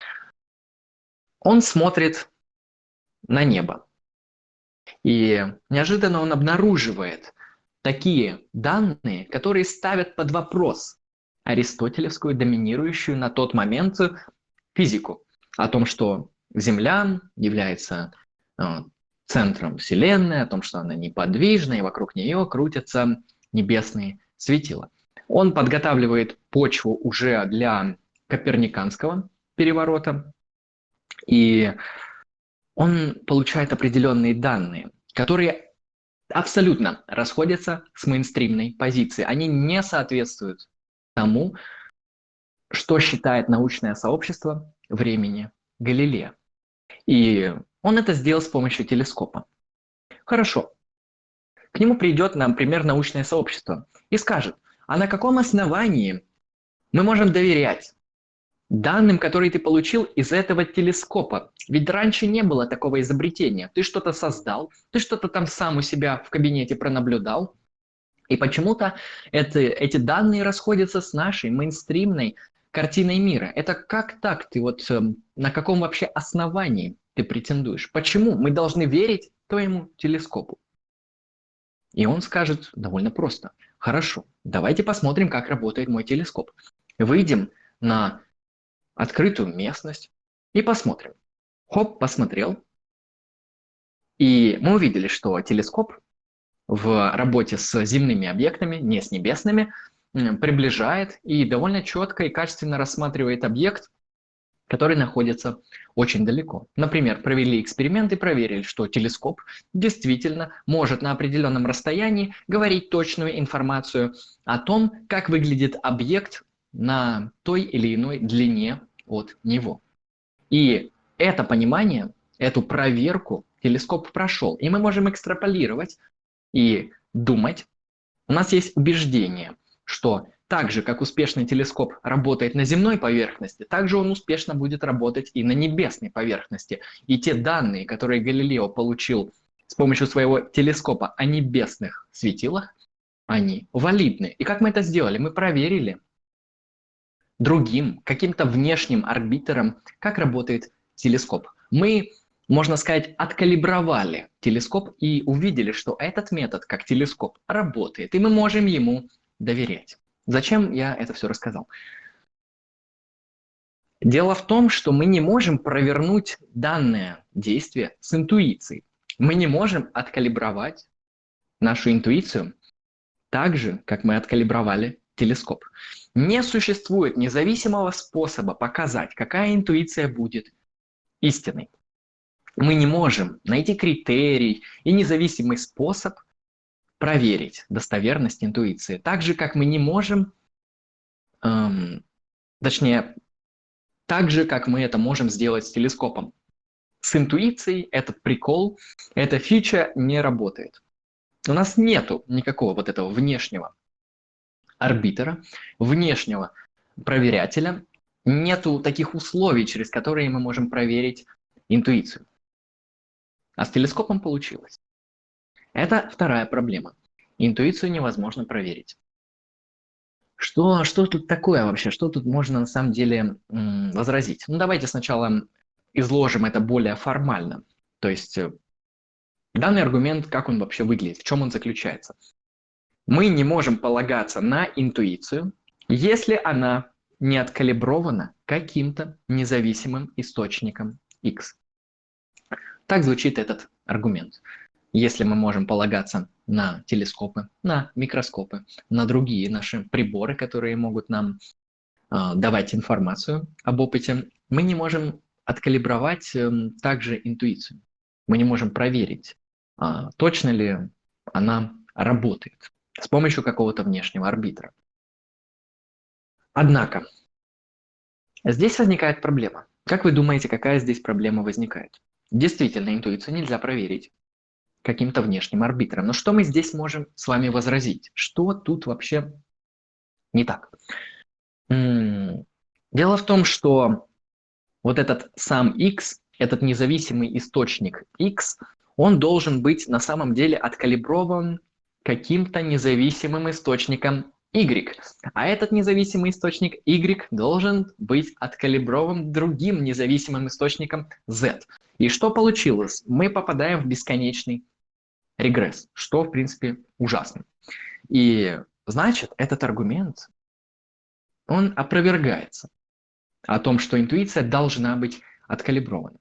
Он смотрит на небо. И неожиданно он обнаруживает такие данные, которые ставят под вопрос аристотелевскую доминирующую на тот момент физику о том, что Земля является центром Вселенной, о том, что она неподвижна, и вокруг нее крутятся небесные светила. Он подготавливает почву уже для коперниканского переворота, и он получает определенные данные, которые абсолютно расходятся с мейнстримной позицией. Они не соответствуют тому, что считает научное сообщество времени Галилея. И он это сделал с помощью телескопа. Хорошо. К нему придет, например, научное сообщество и скажет, а на каком основании мы можем доверять данным, которые ты получил из этого телескопа? Ведь раньше не было такого изобретения. Ты что-то создал, ты что-то там сам у себя в кабинете пронаблюдал, и почему-то эти данные расходятся с нашей мейнстримной картиной мира. Это как так? Ты на каком вообще основании ты претендуешь? Почему мы должны верить твоему телескопу? И он скажет довольно просто. Хорошо, давайте посмотрим, как работает мой телескоп. Выйдем на открытую местность и посмотрим. Хоп, посмотрел. И мы увидели, что телескоп в работе с земными объектами, не с небесными, приближает и довольно четко и качественно рассматривает объект, который находится очень далеко. Например, провели эксперимент и проверили, что телескоп действительно может на определенном расстоянии говорить точную информацию о том, как выглядит объект на той или иной длине от него. И это понимание, эту проверку телескоп прошел. И мы можем экстраполировать и думать. У нас есть убеждение, что так же, как успешный телескоп работает на земной поверхности, так же он успешно будет работать и на небесной поверхности. И те данные, которые Галилео получил с помощью своего телескопа о небесных светилах, они валидны. И как мы это сделали? Мы проверили другим, каким-то внешним арбитром, как работает телескоп. Мы, можно сказать, откалибровали телескоп и увидели, что этот метод, как телескоп, работает, и мы можем ему доверять. Зачем я это все рассказал? Дело в том, что мы не можем провернуть данное действие с интуицией. Мы не можем откалибровать нашу интуицию так же, как мы откалибровали телескоп. Не существует независимого способа показать, какая интуиция будет истинной. Мы не можем найти критерий и независимый способ проверить достоверность интуиции. Так же, как мы не можем, точнее, так же, как мы это можем сделать с телескопом. С интуицией этот прикол, эта фича не работает. У нас нету никакого вот этого внешнего арбитра, внешнего проверятеля, нету таких условий, через которые мы можем проверить интуицию. А с телескопом получилось. Это вторая проблема. Интуицию невозможно проверить. Что тут такое вообще? Что тут можно на самом деле возразить? Ну, давайте сначала изложим это более формально. То есть данный аргумент, как он вообще выглядит, в чем он заключается? Мы не можем полагаться на интуицию, если она не откалибрована каким-то независимым источником X. Так звучит этот аргумент. Если мы можем полагаться на телескопы, на микроскопы, на другие наши приборы, которые могут нам давать информацию об опыте, мы не можем откалибровать также интуицию. Мы не можем проверить, точно ли она работает с помощью какого-то внешнего арбитра. Однако, здесь возникает проблема. Как вы думаете, какая здесь проблема возникает? Действительно, интуицию нельзя проверить каким-то внешним арбитром. Но что мы здесь можем с вами возразить? Что тут вообще не так? Дело в том, что вот этот сам X, этот независимый источник X, он должен быть на самом деле откалиброван каким-то независимым источником Y. А этот независимый источник Y должен быть откалиброван другим независимым источником Z. И что получилось? Мы попадаем в бесконечный регресс, что в принципе ужасно. И значит, этот аргумент, он опровергается о том, что интуиция должна быть откалибрована.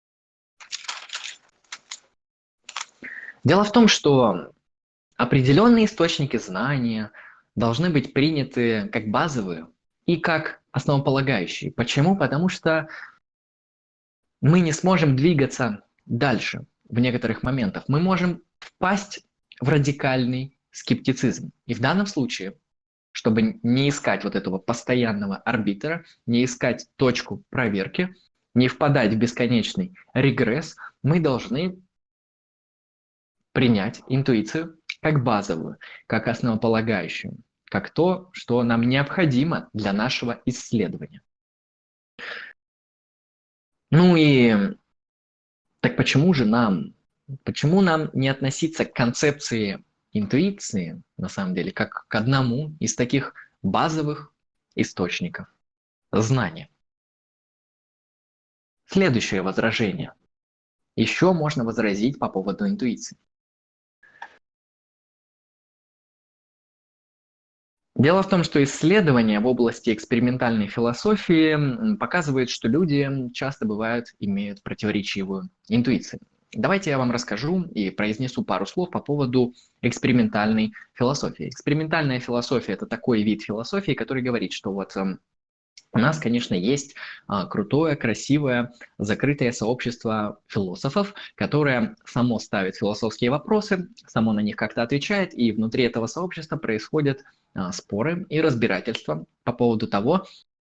Дело в том, что определенные источники знания должны быть приняты как базовые и как основополагающие. Почему? Потому что мы не сможем двигаться дальше в некоторых моментах. Мы можем впасть в радикальный скептицизм. И в данном случае, чтобы не искать вот этого постоянного арбитра, не искать точку проверки, не впадать в бесконечный регресс, мы должны принять интуицию как базовую, как основополагающую, как то, что нам необходимо для нашего исследования. Ну и так почему нам не относиться к концепции интуиции, на самом деле, как к одному из таких базовых источников знания? Следующее возражение. Еще можно возразить по поводу интуиции. Дело в том, что исследования в области экспериментальной философии показывают, что люди часто бывают, имеют противоречивую интуицию. Давайте я вам расскажу и произнесу пару слов по поводу экспериментальной философии. Экспериментальная философия – это такой вид философии, который говорит, что вот у нас, конечно, есть крутое, красивое, закрытое сообщество философов, которое само ставит философские вопросы, само на них как-то отвечает, и внутри этого сообщества происходят споры и разбирательства по поводу того,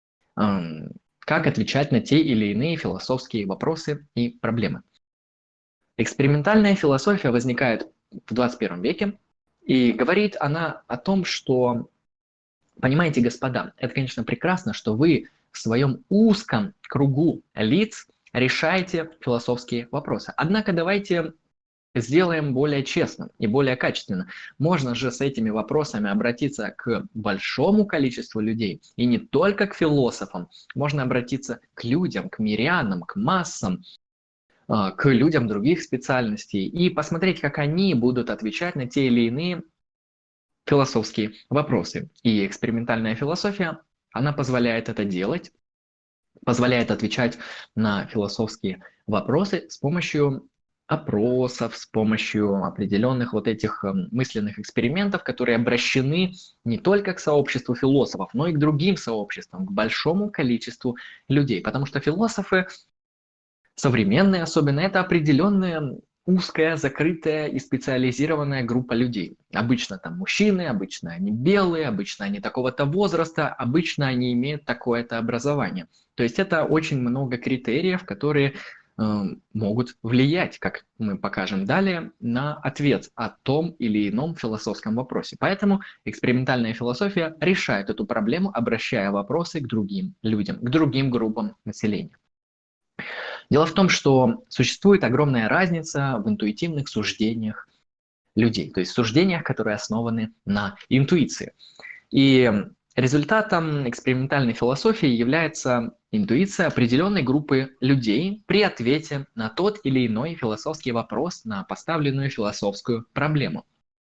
как отвечать на те или иные философские вопросы и проблемы. Экспериментальная философия возникает в 21 веке, и говорит она о том, что понимаете, господа, это, конечно, прекрасно, что вы в своем узком кругу лиц решаете философские вопросы. Однако давайте сделаем более честно и более качественно. Можно же с этими вопросами обратиться к большому количеству людей, и не только к философам. Можно обратиться к людям, к мирянам, к массам, к людям других специальностей и посмотреть, как они будут отвечать на те или иные философские вопросы. И экспериментальная философия, она позволяет это делать, позволяет отвечать на философские вопросы с помощью опросов, с помощью определенных вот этих мысленных экспериментов, которые обращены не только к сообществу философов, но и к другим сообществам, к большому количеству людей. Потому что философы современные особенно, это определенная узкая, закрытая и специализированная группа людей. Обычно там мужчины, обычно они белые, обычно они такого-то возраста, обычно они имеют такое-то образование. То есть это очень много критериев, которые могут влиять, как мы покажем далее, на ответ о том или ином философском вопросе. Поэтому экспериментальная философия решает эту проблему, обращая вопросы к другим людям, к другим группам населения. Дело в том, что существует огромная разница в интуитивных суждениях людей, то есть суждениях, которые основаны на интуиции. И результатом экспериментальной философии является интуиция определенной группы людей при ответе на тот или иной философский вопрос, на поставленную философскую проблему.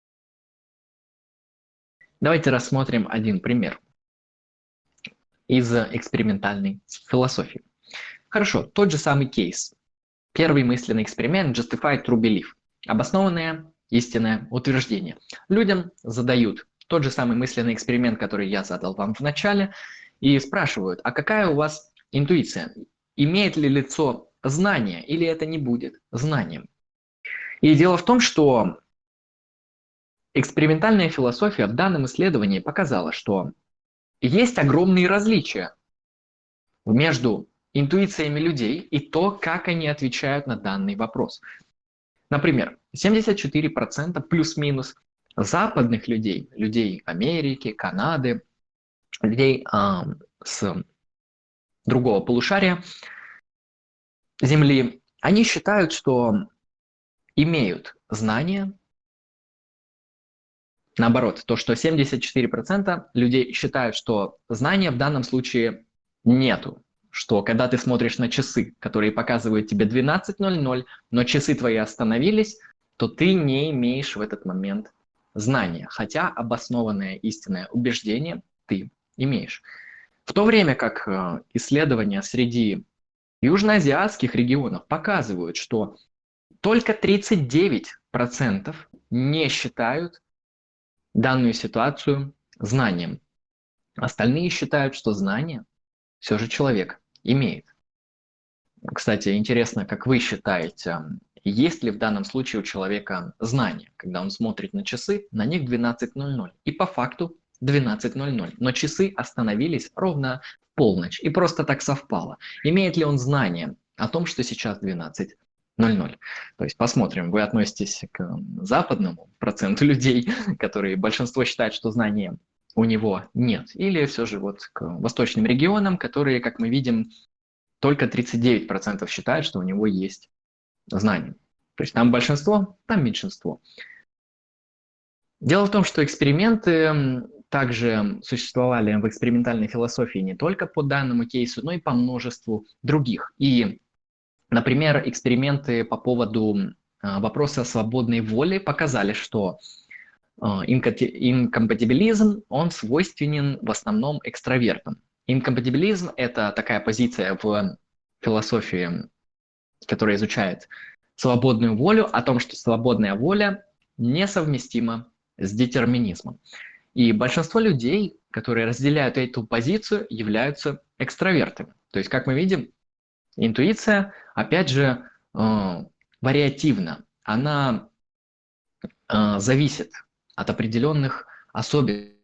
Давайте рассмотрим один пример из экспериментальной философии. Хорошо, тот же самый кейс. Первый мысленный эксперимент Justified True Belief. Обоснованное истинное утверждение. Людям задают тот же самый мысленный эксперимент, который я задал вам в начале, и спрашивают, а какая у вас интуиция? Имеет ли лицо знание или это не будет знанием? И дело в том, что экспериментальная философия в данном исследовании показала, что есть огромные различия между интуициями людей и то, как они отвечают на данный вопрос. Например, 74% плюс-минус западных людей, людей Америки, Канады, людей с другого полушария Земли, они считают, что имеют знания. Наоборот, то, что 74% людей считают, что знания в данном случае нету. Что когда ты смотришь на часы, которые показывают тебе 12:00, но часы твои остановились, то ты не имеешь в этот момент знания, хотя обоснованное истинное убеждение ты имеешь. В то время как исследования среди южноазиатских регионов показывают, что только 39% не считают данную ситуацию знанием. Остальные считают, что знание все же человек имеет. Кстати, интересно, как вы считаете, есть ли в данном случае у человека знание, когда он смотрит на часы, на них 12:00, и по факту 12:00, но часы остановились ровно в полночь, и просто так совпало. Имеет ли он знание о том, что сейчас 12:00? То есть посмотрим, вы относитесь к западному проценту людей, которые большинство считает, что знания у него нет, или все же вот к восточным регионам, которые, как мы видим, только 39% считают, что у него есть знания. То есть там большинство, там меньшинство. Дело в том, что эксперименты также существовали в экспериментальной философии не только по данному кейсу, но и по множеству других. И, например, эксперименты по поводу вопроса свободной воли показали, что Инкомпатибилизм, он свойственен в основном экстравертам. Инкомпатибилизм – это такая позиция в философии, которая изучает свободную волю, о том, что свободная воля несовместима с детерминизмом. И большинство людей, которые разделяют эту позицию, являются экстравертами. То есть, как мы видим, интуиция, опять же, вариативна. Она зависит от определенных особенностей.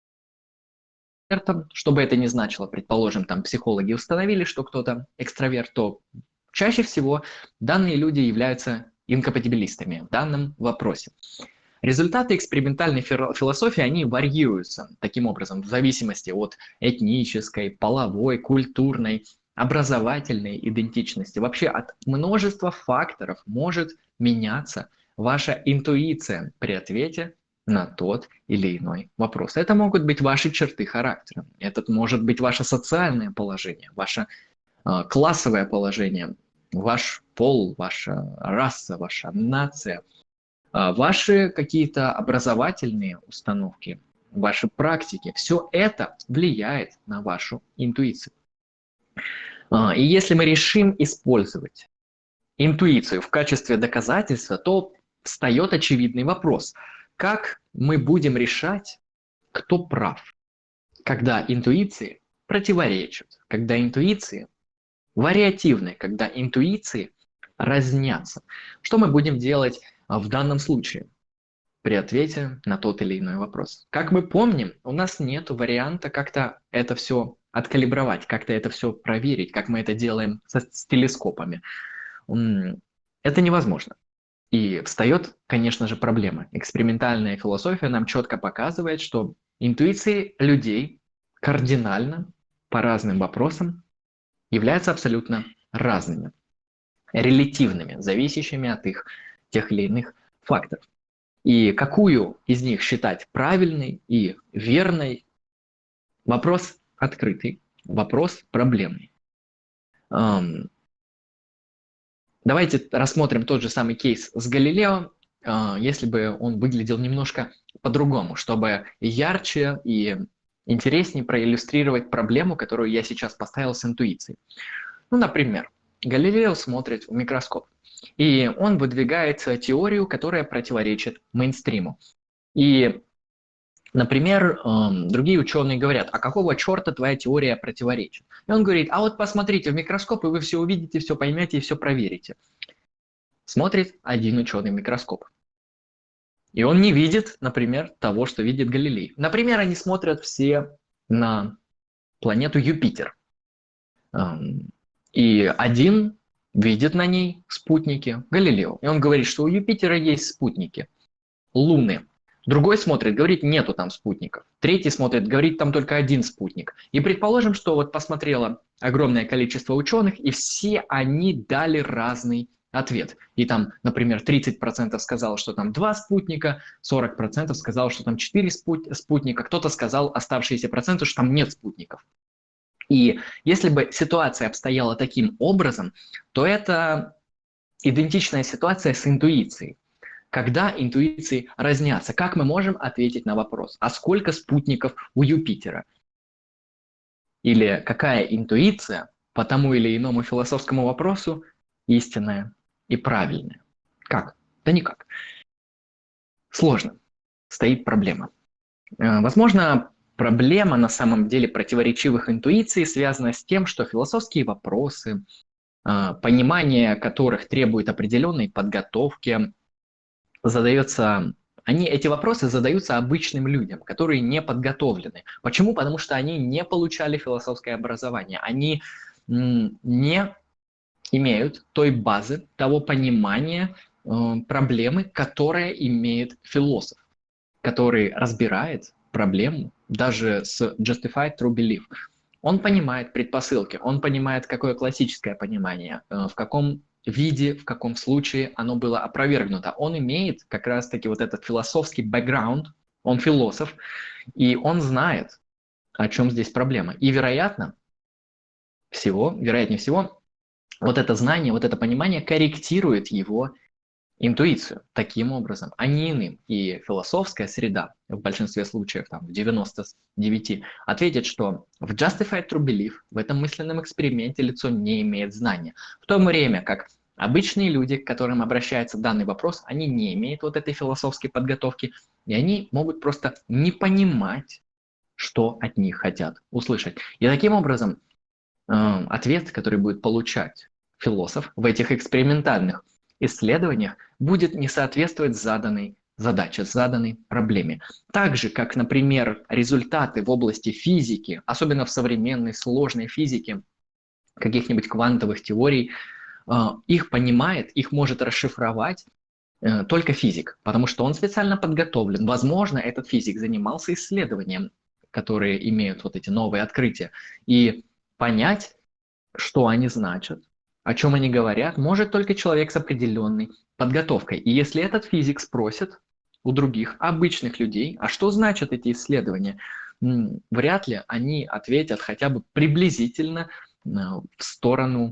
Что бы это ни значило, предположим, там психологи установили, что кто-то экстраверт, то чаще всего данные люди являются инкомпатибилистами в данном вопросе. Результаты экспериментальной философии, они варьируются таким образом в зависимости от этнической, половой, культурной, образовательной идентичности. Вообще от множества факторов может меняться ваша интуиция при ответе на тот или иной вопрос. Это могут быть ваши черты характера, это может быть ваше социальное положение, ваше классовое положение, ваш пол, ваша раса, ваша нация, ваши какие-то образовательные установки, ваши практики. Все это влияет на вашу интуицию. И если мы решим использовать интуицию в качестве доказательства, то встает очевидный вопрос. Как мы будем решать, кто прав, когда интуиции противоречат, когда интуиции вариативны, когда интуиции разнятся? Что мы будем делать в данном случае при ответе на тот или иной вопрос? Как мы помним, у нас нет варианта как-то это все откалибровать, как-то это все проверить, как мы это делаем с телескопами. Это невозможно. И встает, конечно же, проблема. Экспериментальная философия нам четко показывает, что интуиции людей кардинально по разным вопросам являются абсолютно разными, релятивными, зависящими от их тех или иных факторов. И какую из них считать правильной и верной, вопрос открытый, вопрос проблемный. Давайте рассмотрим тот же самый кейс с Галилео, если бы он выглядел немножко по-другому, чтобы ярче и интереснее проиллюстрировать проблему, которую я сейчас поставил с интуицией. Ну, например, Галилео смотрит в микроскоп, и он выдвигает теорию, которая противоречит мейнстриму. И, например, другие ученые говорят, а какого черта твоя теория противоречит? И он говорит, а вот посмотрите в микроскоп, и вы все увидите, все поймете и все проверите. Смотрит один ученый в микроскоп. И он не видит, например, того, что видит Галилей. Например, они смотрят все на планету Юпитер. И один видит на ней спутники, Галилео. И он говорит, что у Юпитера есть спутники, луны. Другой смотрит, говорит, нету там спутников. Третий смотрит, говорит, там только один спутник. И предположим, что вот посмотрело огромное количество ученых, и все они дали разный ответ. И там, например, 30% сказал, что там 2 спутника, 40% сказал, что там 4 спутника, кто-то сказал оставшиеся проценты, что там нет спутников. И если бы ситуация обстояла таким образом, то это идентичная ситуация с интуицией. Когда интуиции разнятся, как мы можем ответить на вопрос, а сколько спутников у Юпитера? Или какая интуиция по тому или иному философскому вопросу истинная и правильная? Как? Да никак. Сложно. Стоит проблема. Возможно, проблема на самом деле противоречивых интуиций связана с тем, что философские вопросы, понимание которых требует определенной подготовки, эти вопросы задаются обычным людям, которые не подготовлены. Почему? Потому что они не получали философское образование. Они не имеют той базы, того понимания проблемы, которое имеет философ, который разбирает проблему даже с justified true belief. Он понимает предпосылки, он понимает, какое классическое понимание, в каком виде, в каком случае оно было опровергнуто. Он имеет как раз-таки вот этот философский бэкграунд, он философ, и он знает, о чем здесь проблема. И вероятнее всего, вот это знание, вот это понимание корректирует его интуицию таким образом, а не иным. И философская среда в большинстве случаев, там, в 99, ответит, что в justified true belief, в этом мысленном эксперименте лицо не имеет знания. В то время как обычные люди, к которым обращается данный вопрос, они не имеют вот этой философской подготовки, и они могут просто не понимать, что от них хотят услышать. И таким образом ответ, который будет получать философ в этих экспериментальных исследованиях, будет не соответствовать заданной задаче, заданной проблеме. Так же, как, например, результаты в области физики, особенно в современной сложной физике, каких-нибудь квантовых теорий, их понимает, их может расшифровать только физик, потому что он специально подготовлен. Возможно, этот физик занимался исследованием, которые имеют вот эти новые открытия. И понять, что они значат, о чем они говорят, может только человек с определенной подготовкой. И если этот физик спросит у других обычных людей, а что значат эти исследования, вряд ли они ответят хотя бы приблизительно в сторону.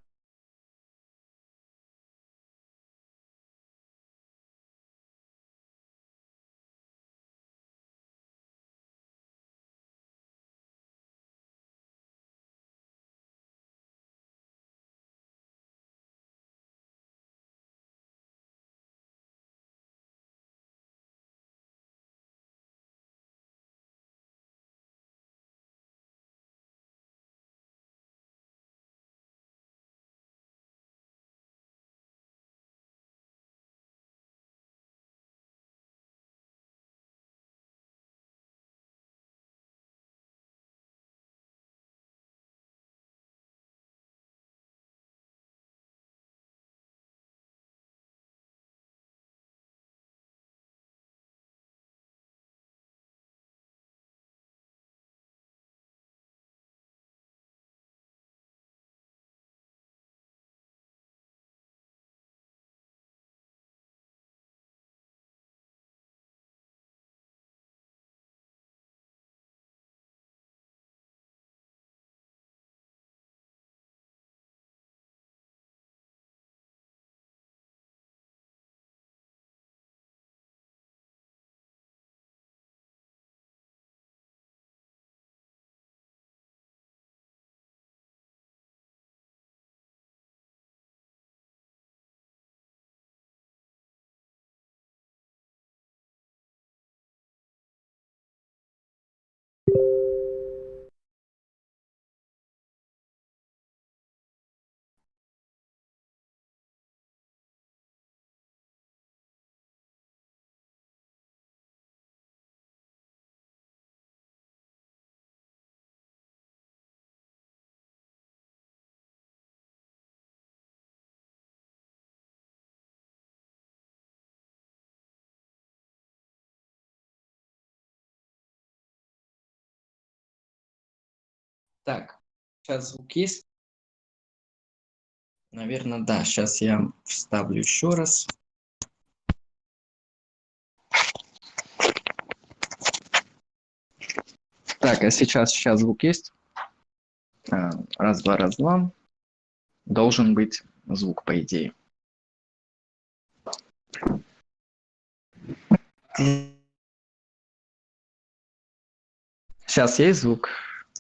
Так, сейчас звук есть? Наверное, да. Сейчас я вставлю еще раз. Так, а сейчас звук есть? Раз, два, раз, два. Должен быть звук, по идее. Сейчас есть звук?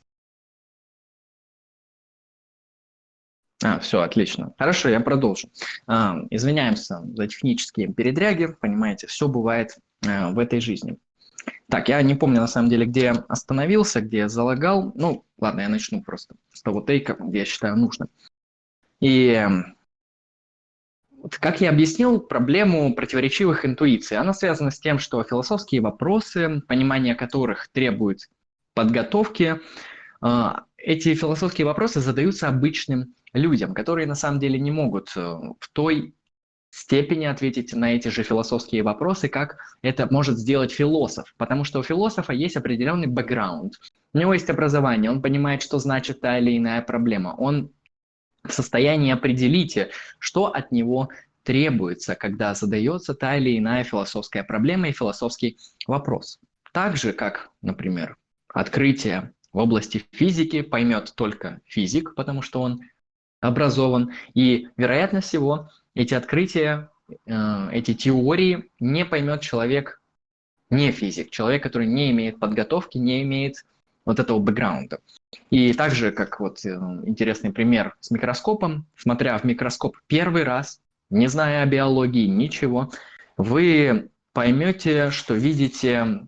Все, отлично. Хорошо, я продолжу. Извиняемся за технические передряги. Понимаете, все бывает в этой жизни. Так, я не помню на самом деле, где я остановился, где я залагал. Ну, ладно, я начну просто с того тейка, где я считаю нужным. И вот как я объяснил проблему противоречивых интуиций, она связана с тем, что философские вопросы, понимание которых требует подготовки, эти философские вопросы задаются обычным людям, которые на самом деле не могут в той степени ответить на эти же философские вопросы, как это может сделать философ. Потому что у философа есть определенный бэкграунд, у него есть образование, он понимает, что значит та или иная проблема, он в состоянии определить, что от него требуется, когда задается та или иная философская проблема и философский вопрос. Так же, как, например, открытие в области физики поймет только физик, потому что он образован, и, вероятно всего, эти открытия эти теории не поймет человек, не физик, человек, который не имеет подготовки, не имеет вот этого бэкграунда. И также, как вот интересный пример с микроскопом, смотря в микроскоп первый раз, не зная о биологии, ничего, вы поймете, что видите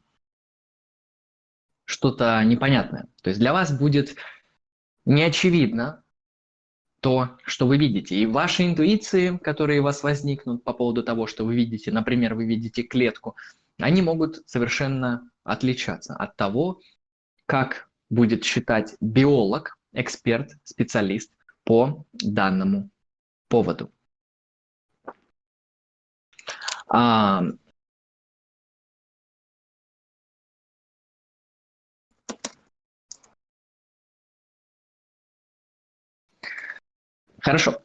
что-то непонятное. То есть для вас будет неочевидно то, что вы видите. И ваши интуиции, которые у вас возникнут по поводу того, что вы видите, например, вы видите клетку, они могут совершенно отличаться от того, как будет считать биолог, эксперт, специалист по данному поводу. А, хорошо.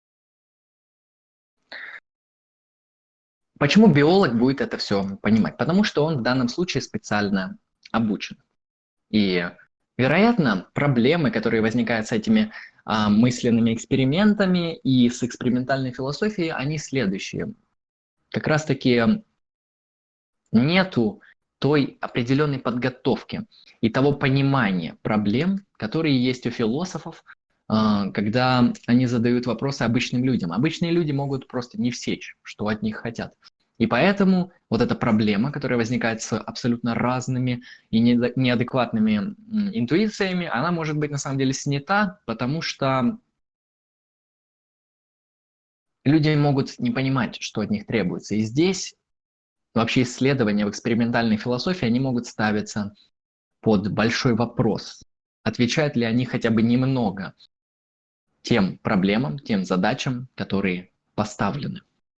Почему биолог будет это все понимать? Потому что он в данном случае специально обучен. И, вероятно, проблемы, которые возникают с этими мысленными экспериментами и с экспериментальной философией, они следующие. Как раз-таки нету той определенной подготовки и того понимания проблем, которые есть у философов, когда они задают вопросы обычным людям. Обычные люди могут просто не всечь, что от них хотят. И поэтому вот эта проблема, которая возникает с абсолютно разными и неадекватными интуициями, она может быть на самом деле снята, потому что люди могут не понимать, что от них требуется. И здесь вообще исследования в экспериментальной философии, они могут ставиться под большой вопрос. Отвечают ли они хотя бы немного тем проблемам, тем задачам, которые поставлены.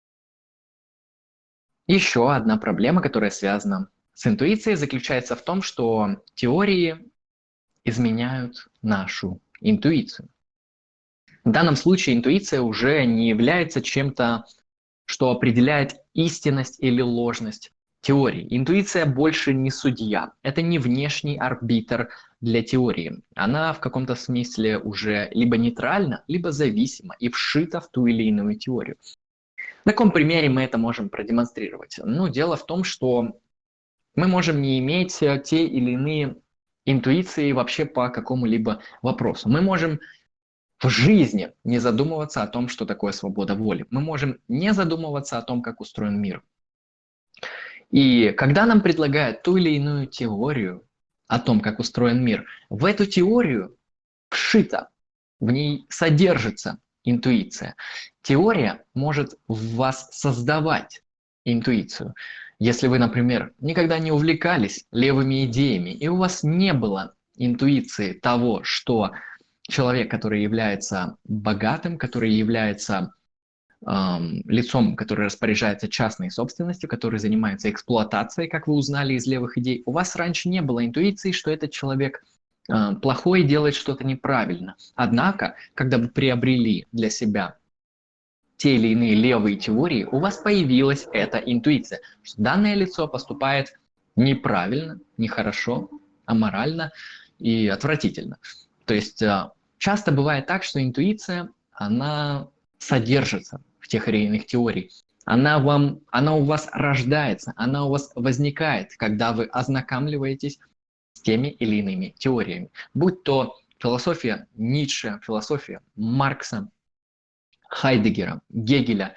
Еще одна проблема, которая связана с интуицией, заключается в том, что теории изменяют нашу интуицию. В данном случае интуиция уже не является чем-то, что определяет истинность или ложность теории. Интуиция больше не судья, это не внешний арбитр для теории. Она в каком-то смысле уже либо нейтральна, либо зависима и вшита в ту или иную теорию. На каком примере мы это можем продемонстрировать? Ну, дело в том, что мы можем не иметь те или иные интуиции вообще по какому-либо вопросу. Мы можем в жизни не задумываться о том, что такое свобода воли. Мы можем не задумываться о том, как устроен мир. И когда нам предлагают ту или иную теорию о том, как устроен мир, в эту теорию вшито, в ней содержится интуиция. Теория может в вас создавать интуицию. Если вы, например, никогда не увлекались левыми идеями, и у вас не было интуиции того, что человек, который является богатым, который является лицом, которое распоряжается частной собственностью, который занимается эксплуатацией, как вы узнали из левых идей, у вас раньше не было интуиции, что этот человек плохой и делает что-то неправильно. Однако, когда вы приобрели для себя те или иные левые теории, у вас появилась эта интуиция, что данное лицо поступает неправильно, нехорошо, аморально и отвратительно. То есть часто бывает так, что интуиция, она содержится в тех или иных теориях. Она у вас рождается, она у вас возникает, когда вы ознакомливаетесь с теми или иными теориями. Будь то философия Ницше, философия Маркса, Хайдеггера, Гегеля.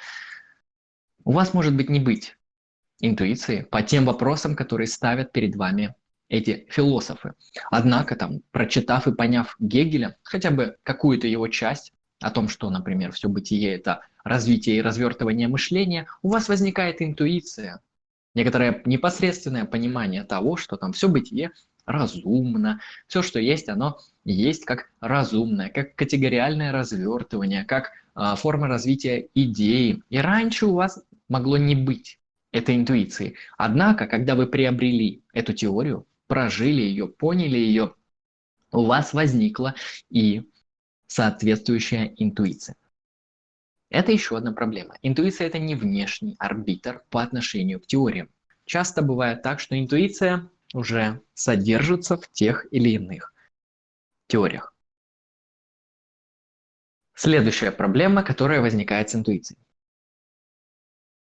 У вас может быть не быть интуиции по тем вопросам, которые ставят перед вами эти философы. Однако, там, прочитав и поняв Гегеля, хотя бы какую-то его часть о том, что, например, все бытие – это развитие и развертывание мышления, у вас возникает интуиция, некоторое непосредственное понимание того, что там все бытие разумно, все, что есть, оно есть как разумное, как категориальное развертывание, как форма развития идеи. И раньше у вас могло не быть этой интуиции. Однако, когда вы приобрели эту теорию, прожили ее, поняли ее, у вас возникла и соответствующая интуиция. Это еще одна проблема. Интуиция – это не внешний арбитр по отношению к теориям. Часто бывает так, что интуиция уже содержится в тех или иных теориях. Следующая проблема, которая возникает с интуицией.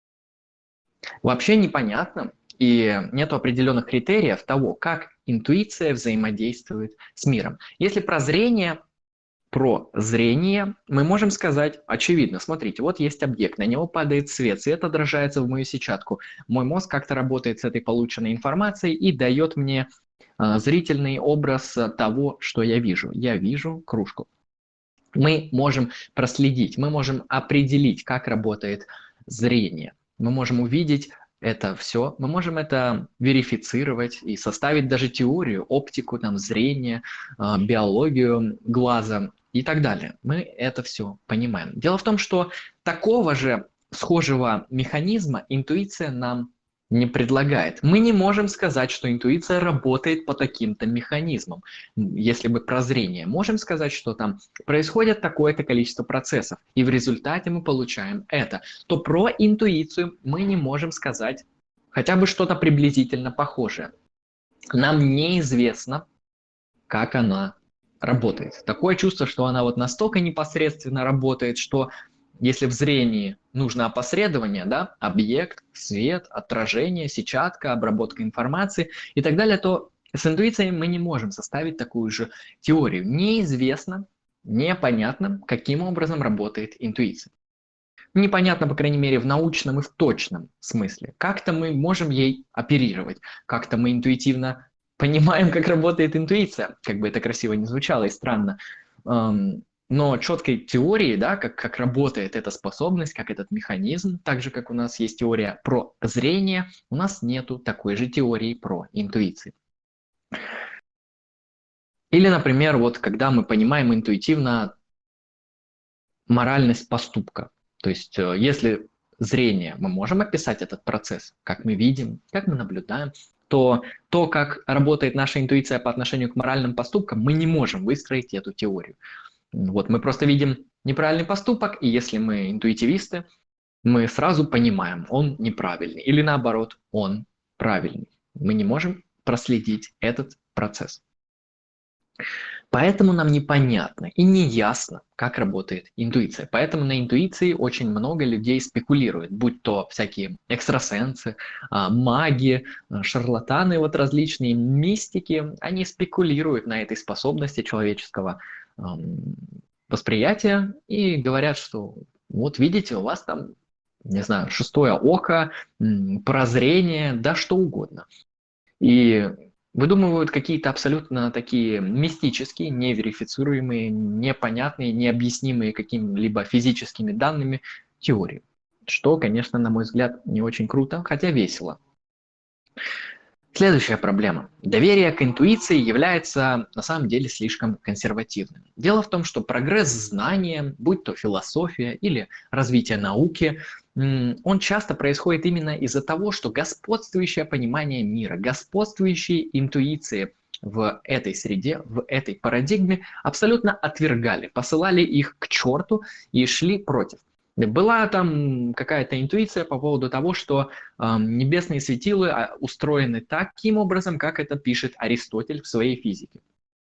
Вообще непонятно, и нет определенных критериев того, как интуиция взаимодействует с миром. Если про зрение мы можем сказать очевидно. Смотрите, вот есть объект, на него падает свет, свет отражается в мою сетчатку. Мой мозг как-то работает с этой полученной информацией и дает мне зрительный образ того, что я вижу. Я вижу кружку. Мы можем проследить, мы можем определить, как работает зрение. Мы можем увидеть это все, мы можем это верифицировать и составить даже теорию, оптику, там, зрения, биологию глаза и так далее. Мы это все понимаем. Дело в том, что такого же схожего механизма интуиция нам не предлагает. Мы не можем сказать, что интуиция работает по таким-то механизмам. Если бы про зрение, можем сказать, что там происходит такое-то количество процессов, и в результате мы получаем это. То про интуицию мы не можем сказать хотя бы что-то приблизительно похожее. Нам неизвестно, как она работает. Такое чувство, что она вот настолько непосредственно работает, что если в зрении нужно опосредование, да, объект, свет, отражение, сетчатка, обработка информации и так далее, то с интуицией мы не можем составить такую же теорию. Неизвестно, непонятно, каким образом работает интуиция. Непонятно, по крайней мере, в научном и в точном смысле. Как-то мы можем ей оперировать, как-то мы интуитивно понимаем, как работает интуиция, как бы это красиво не звучало и странно. Но четкой теории, да, как работает эта способность, как этот механизм, так же, как у нас есть теория про зрение, у нас нету такой же теории про интуицию. Или, например, вот когда мы понимаем интуитивно моральность поступка. То есть, если зрение, мы можем описать этот процесс, как мы видим, как мы наблюдаем, то, как работает наша интуиция по отношению к моральным поступкам, мы не можем выстроить эту теорию. Вот мы просто видим неправильный поступок, и если мы интуитивисты, мы сразу понимаем, он неправильный, или наоборот, он правильный. Мы не можем проследить этот процесс. Поэтому нам непонятно и неясно, как работает интуиция. Поэтому на интуиции очень много людей спекулирует, будь то всякие экстрасенсы, маги, шарлатаны, вот различные мистики, они спекулируют на этой способности человеческого восприятия и говорят, что вот видите, у вас там, не знаю, шестое око, прозрение, да что угодно. И выдумывают какие-то абсолютно такие мистические, неверифицируемые, непонятные, необъяснимые какими-либо физическими данными теории. Что, конечно, на мой взгляд, не очень круто, хотя весело. Следующая проблема. Доверие к интуиции является на самом деле слишком консервативным. Дело в том, что прогресс знания, будь то философия или развитие науки, он часто происходит именно из-за того, что господствующее понимание мира, господствующие интуиции в этой среде, в этой парадигме абсолютно отвергали, посылали их к черту и шли против. Была там какая-то интуиция по поводу того, что небесные светила устроены таким образом, как это пишет Аристотель в своей физике.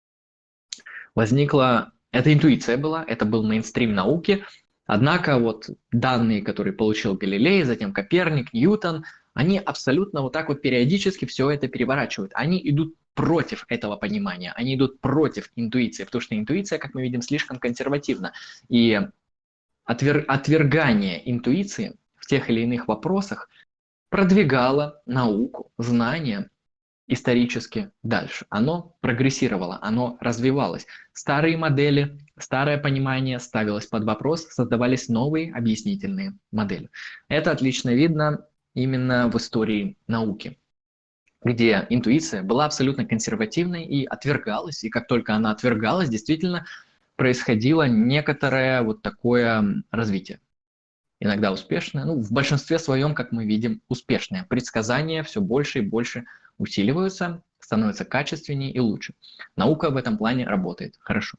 Эта интуиция была, это был мейнстрим науки, однако вот данные, которые получил Галилей, затем Коперник, Ньютон, они абсолютно вот так вот периодически все это переворачивают. Они идут против этого понимания, они идут против интуиции, потому что интуиция, как мы видим, слишком консервативна. И отвергание интуиции в тех или иных вопросах продвигало науку, знания исторически дальше. Оно прогрессировало, оно развивалось. Старые модели, старое понимание ставилось под вопрос, создавались новые объяснительные модели. Это отлично видно именно в истории науки, где интуиция была абсолютно консервативной и отвергалась. И как только она отвергалась, действительно происходило некоторое вот такое развитие. Иногда успешное, ну, в большинстве своем, как мы видим, успешное. Предсказания все больше и больше усиливаются, становятся качественнее и лучше. Наука в этом плане работает хорошо.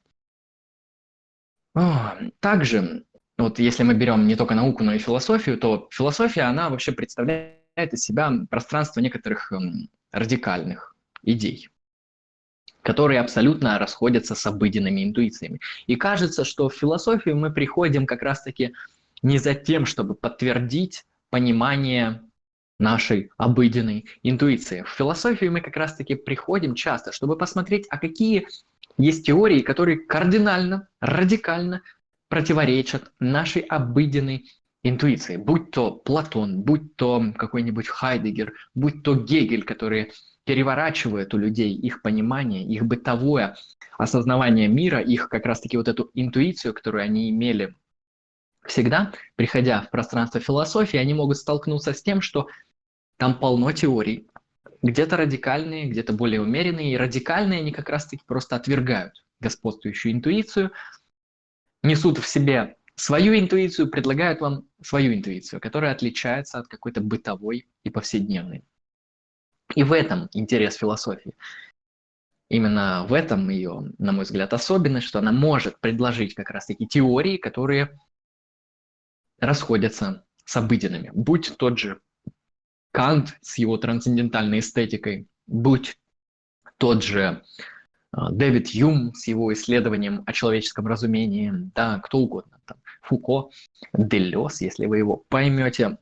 Также, вот если мы берем не только науку, но и философию, то философия, она вообще представляет из себя пространство некоторых радикальных идей, которые абсолютно расходятся с обыденными интуициями. И кажется, что в философию мы приходим как раз-таки не за тем, чтобы подтвердить понимание нашей обыденной интуиции. В философию мы как раз-таки приходим часто, чтобы посмотреть, а какие есть теории, которые кардинально, радикально противоречат нашей обыденной интуиции. Будь то Платон, будь то какой-нибудь Хайдеггер, будь то Гегель, которые переворачивают у людей их понимание, их бытовое осознавание мира, их как раз-таки вот эту интуицию, которую они имели всегда, приходя в пространство философии, они могут столкнуться с тем, что там полно теорий, где-то радикальные, где-то более умеренные, и радикальные они как раз-таки просто отвергают господствующую интуицию, несут в себе свою интуицию, предлагают вам свою интуицию, которая отличается от какой-то бытовой и повседневной. И в этом интерес философии. Именно в этом ее, на мой взгляд, особенность, что она может предложить как раз-таки теории, которые расходятся с обыденными. Будь тот же Кант с его трансцендентальной эстетикой, будь тот же Дэвид Юм с его исследованием о человеческом разумении, да, кто угодно, там, Фуко, Делез, если вы его поймете.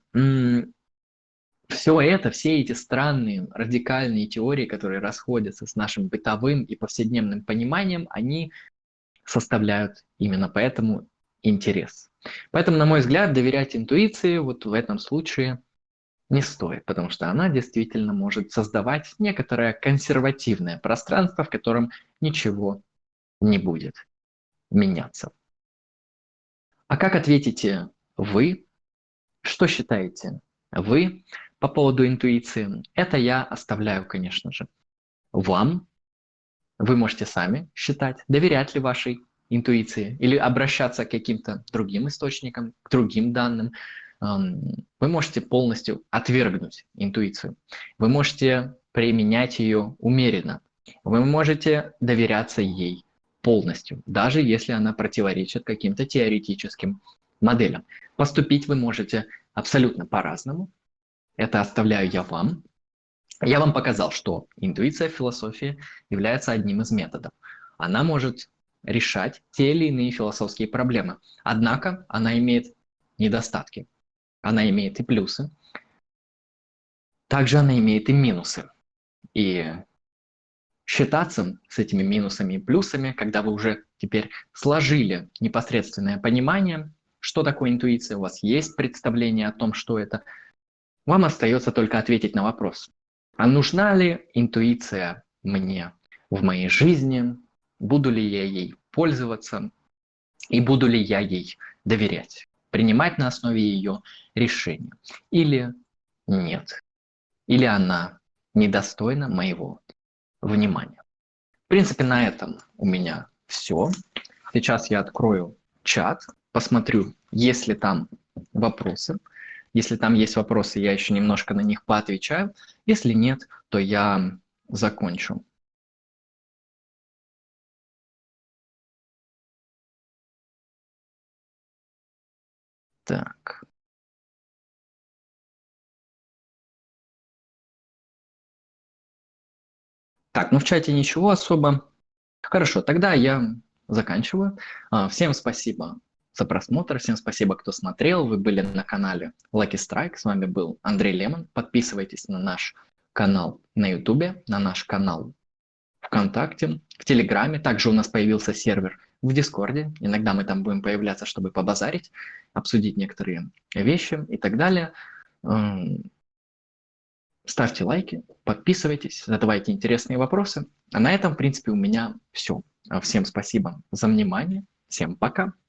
Все это, все эти странные, радикальные теории, которые расходятся с нашим бытовым и повседневным пониманием, они составляют именно поэтому интерес. Поэтому, на мой взгляд, доверять интуиции вот в этом случае не стоит, потому что она действительно может создавать некоторое консервативное пространство, в котором ничего не будет меняться. А как ответите вы? Что считаете вы по поводу интуиции? Это я оставляю, конечно же, вам. Вы можете сами считать, доверять ли вашей интуиции или обращаться к каким-то другим источникам, к другим данным. Вы можете полностью отвергнуть интуицию. Вы можете применять ее умеренно. Вы можете доверяться ей полностью, даже если она противоречит каким-то теоретическим моделям. Поступить вы можете абсолютно по-разному. Это оставляю я вам. Я вам показал, что интуиция в философии является одним из методов. Она может решать те или иные философские проблемы. Однако она имеет недостатки. Она имеет и плюсы. Также она имеет и минусы. И считаться с этими минусами и плюсами, когда вы уже теперь сложили непосредственное понимание, что такое интуиция, у вас есть представление о том, что это, вам остается только ответить на вопрос. А нужна ли интуиция мне в моей жизни? Буду ли я ей пользоваться? И буду ли я ей доверять? Принимать на основе ее решения? Или нет? Или она недостойна моего внимания? В принципе, на этом у меня все. Сейчас я открою чат, посмотрю, есть ли там вопросы. Если там есть вопросы, я еще немножко на них поотвечаю. Если нет, то я закончу. Так. Так, ну в чате ничего особо. Хорошо, тогда я заканчиваю. Всем спасибо за просмотр, всем спасибо, кто смотрел. Вы были на канале Lucky Strike. С вами был Андрей Лемон. Подписывайтесь на наш канал на YouTube, на наш канал ВКонтакте, в Телеграме. Также у нас появился сервер в Дискорде. Иногда мы там будем появляться, чтобы побазарить, обсудить некоторые вещи и так далее. Ставьте лайки, подписывайтесь, задавайте интересные вопросы. А на этом, в принципе, у меня все. Всем спасибо за внимание. Всем пока.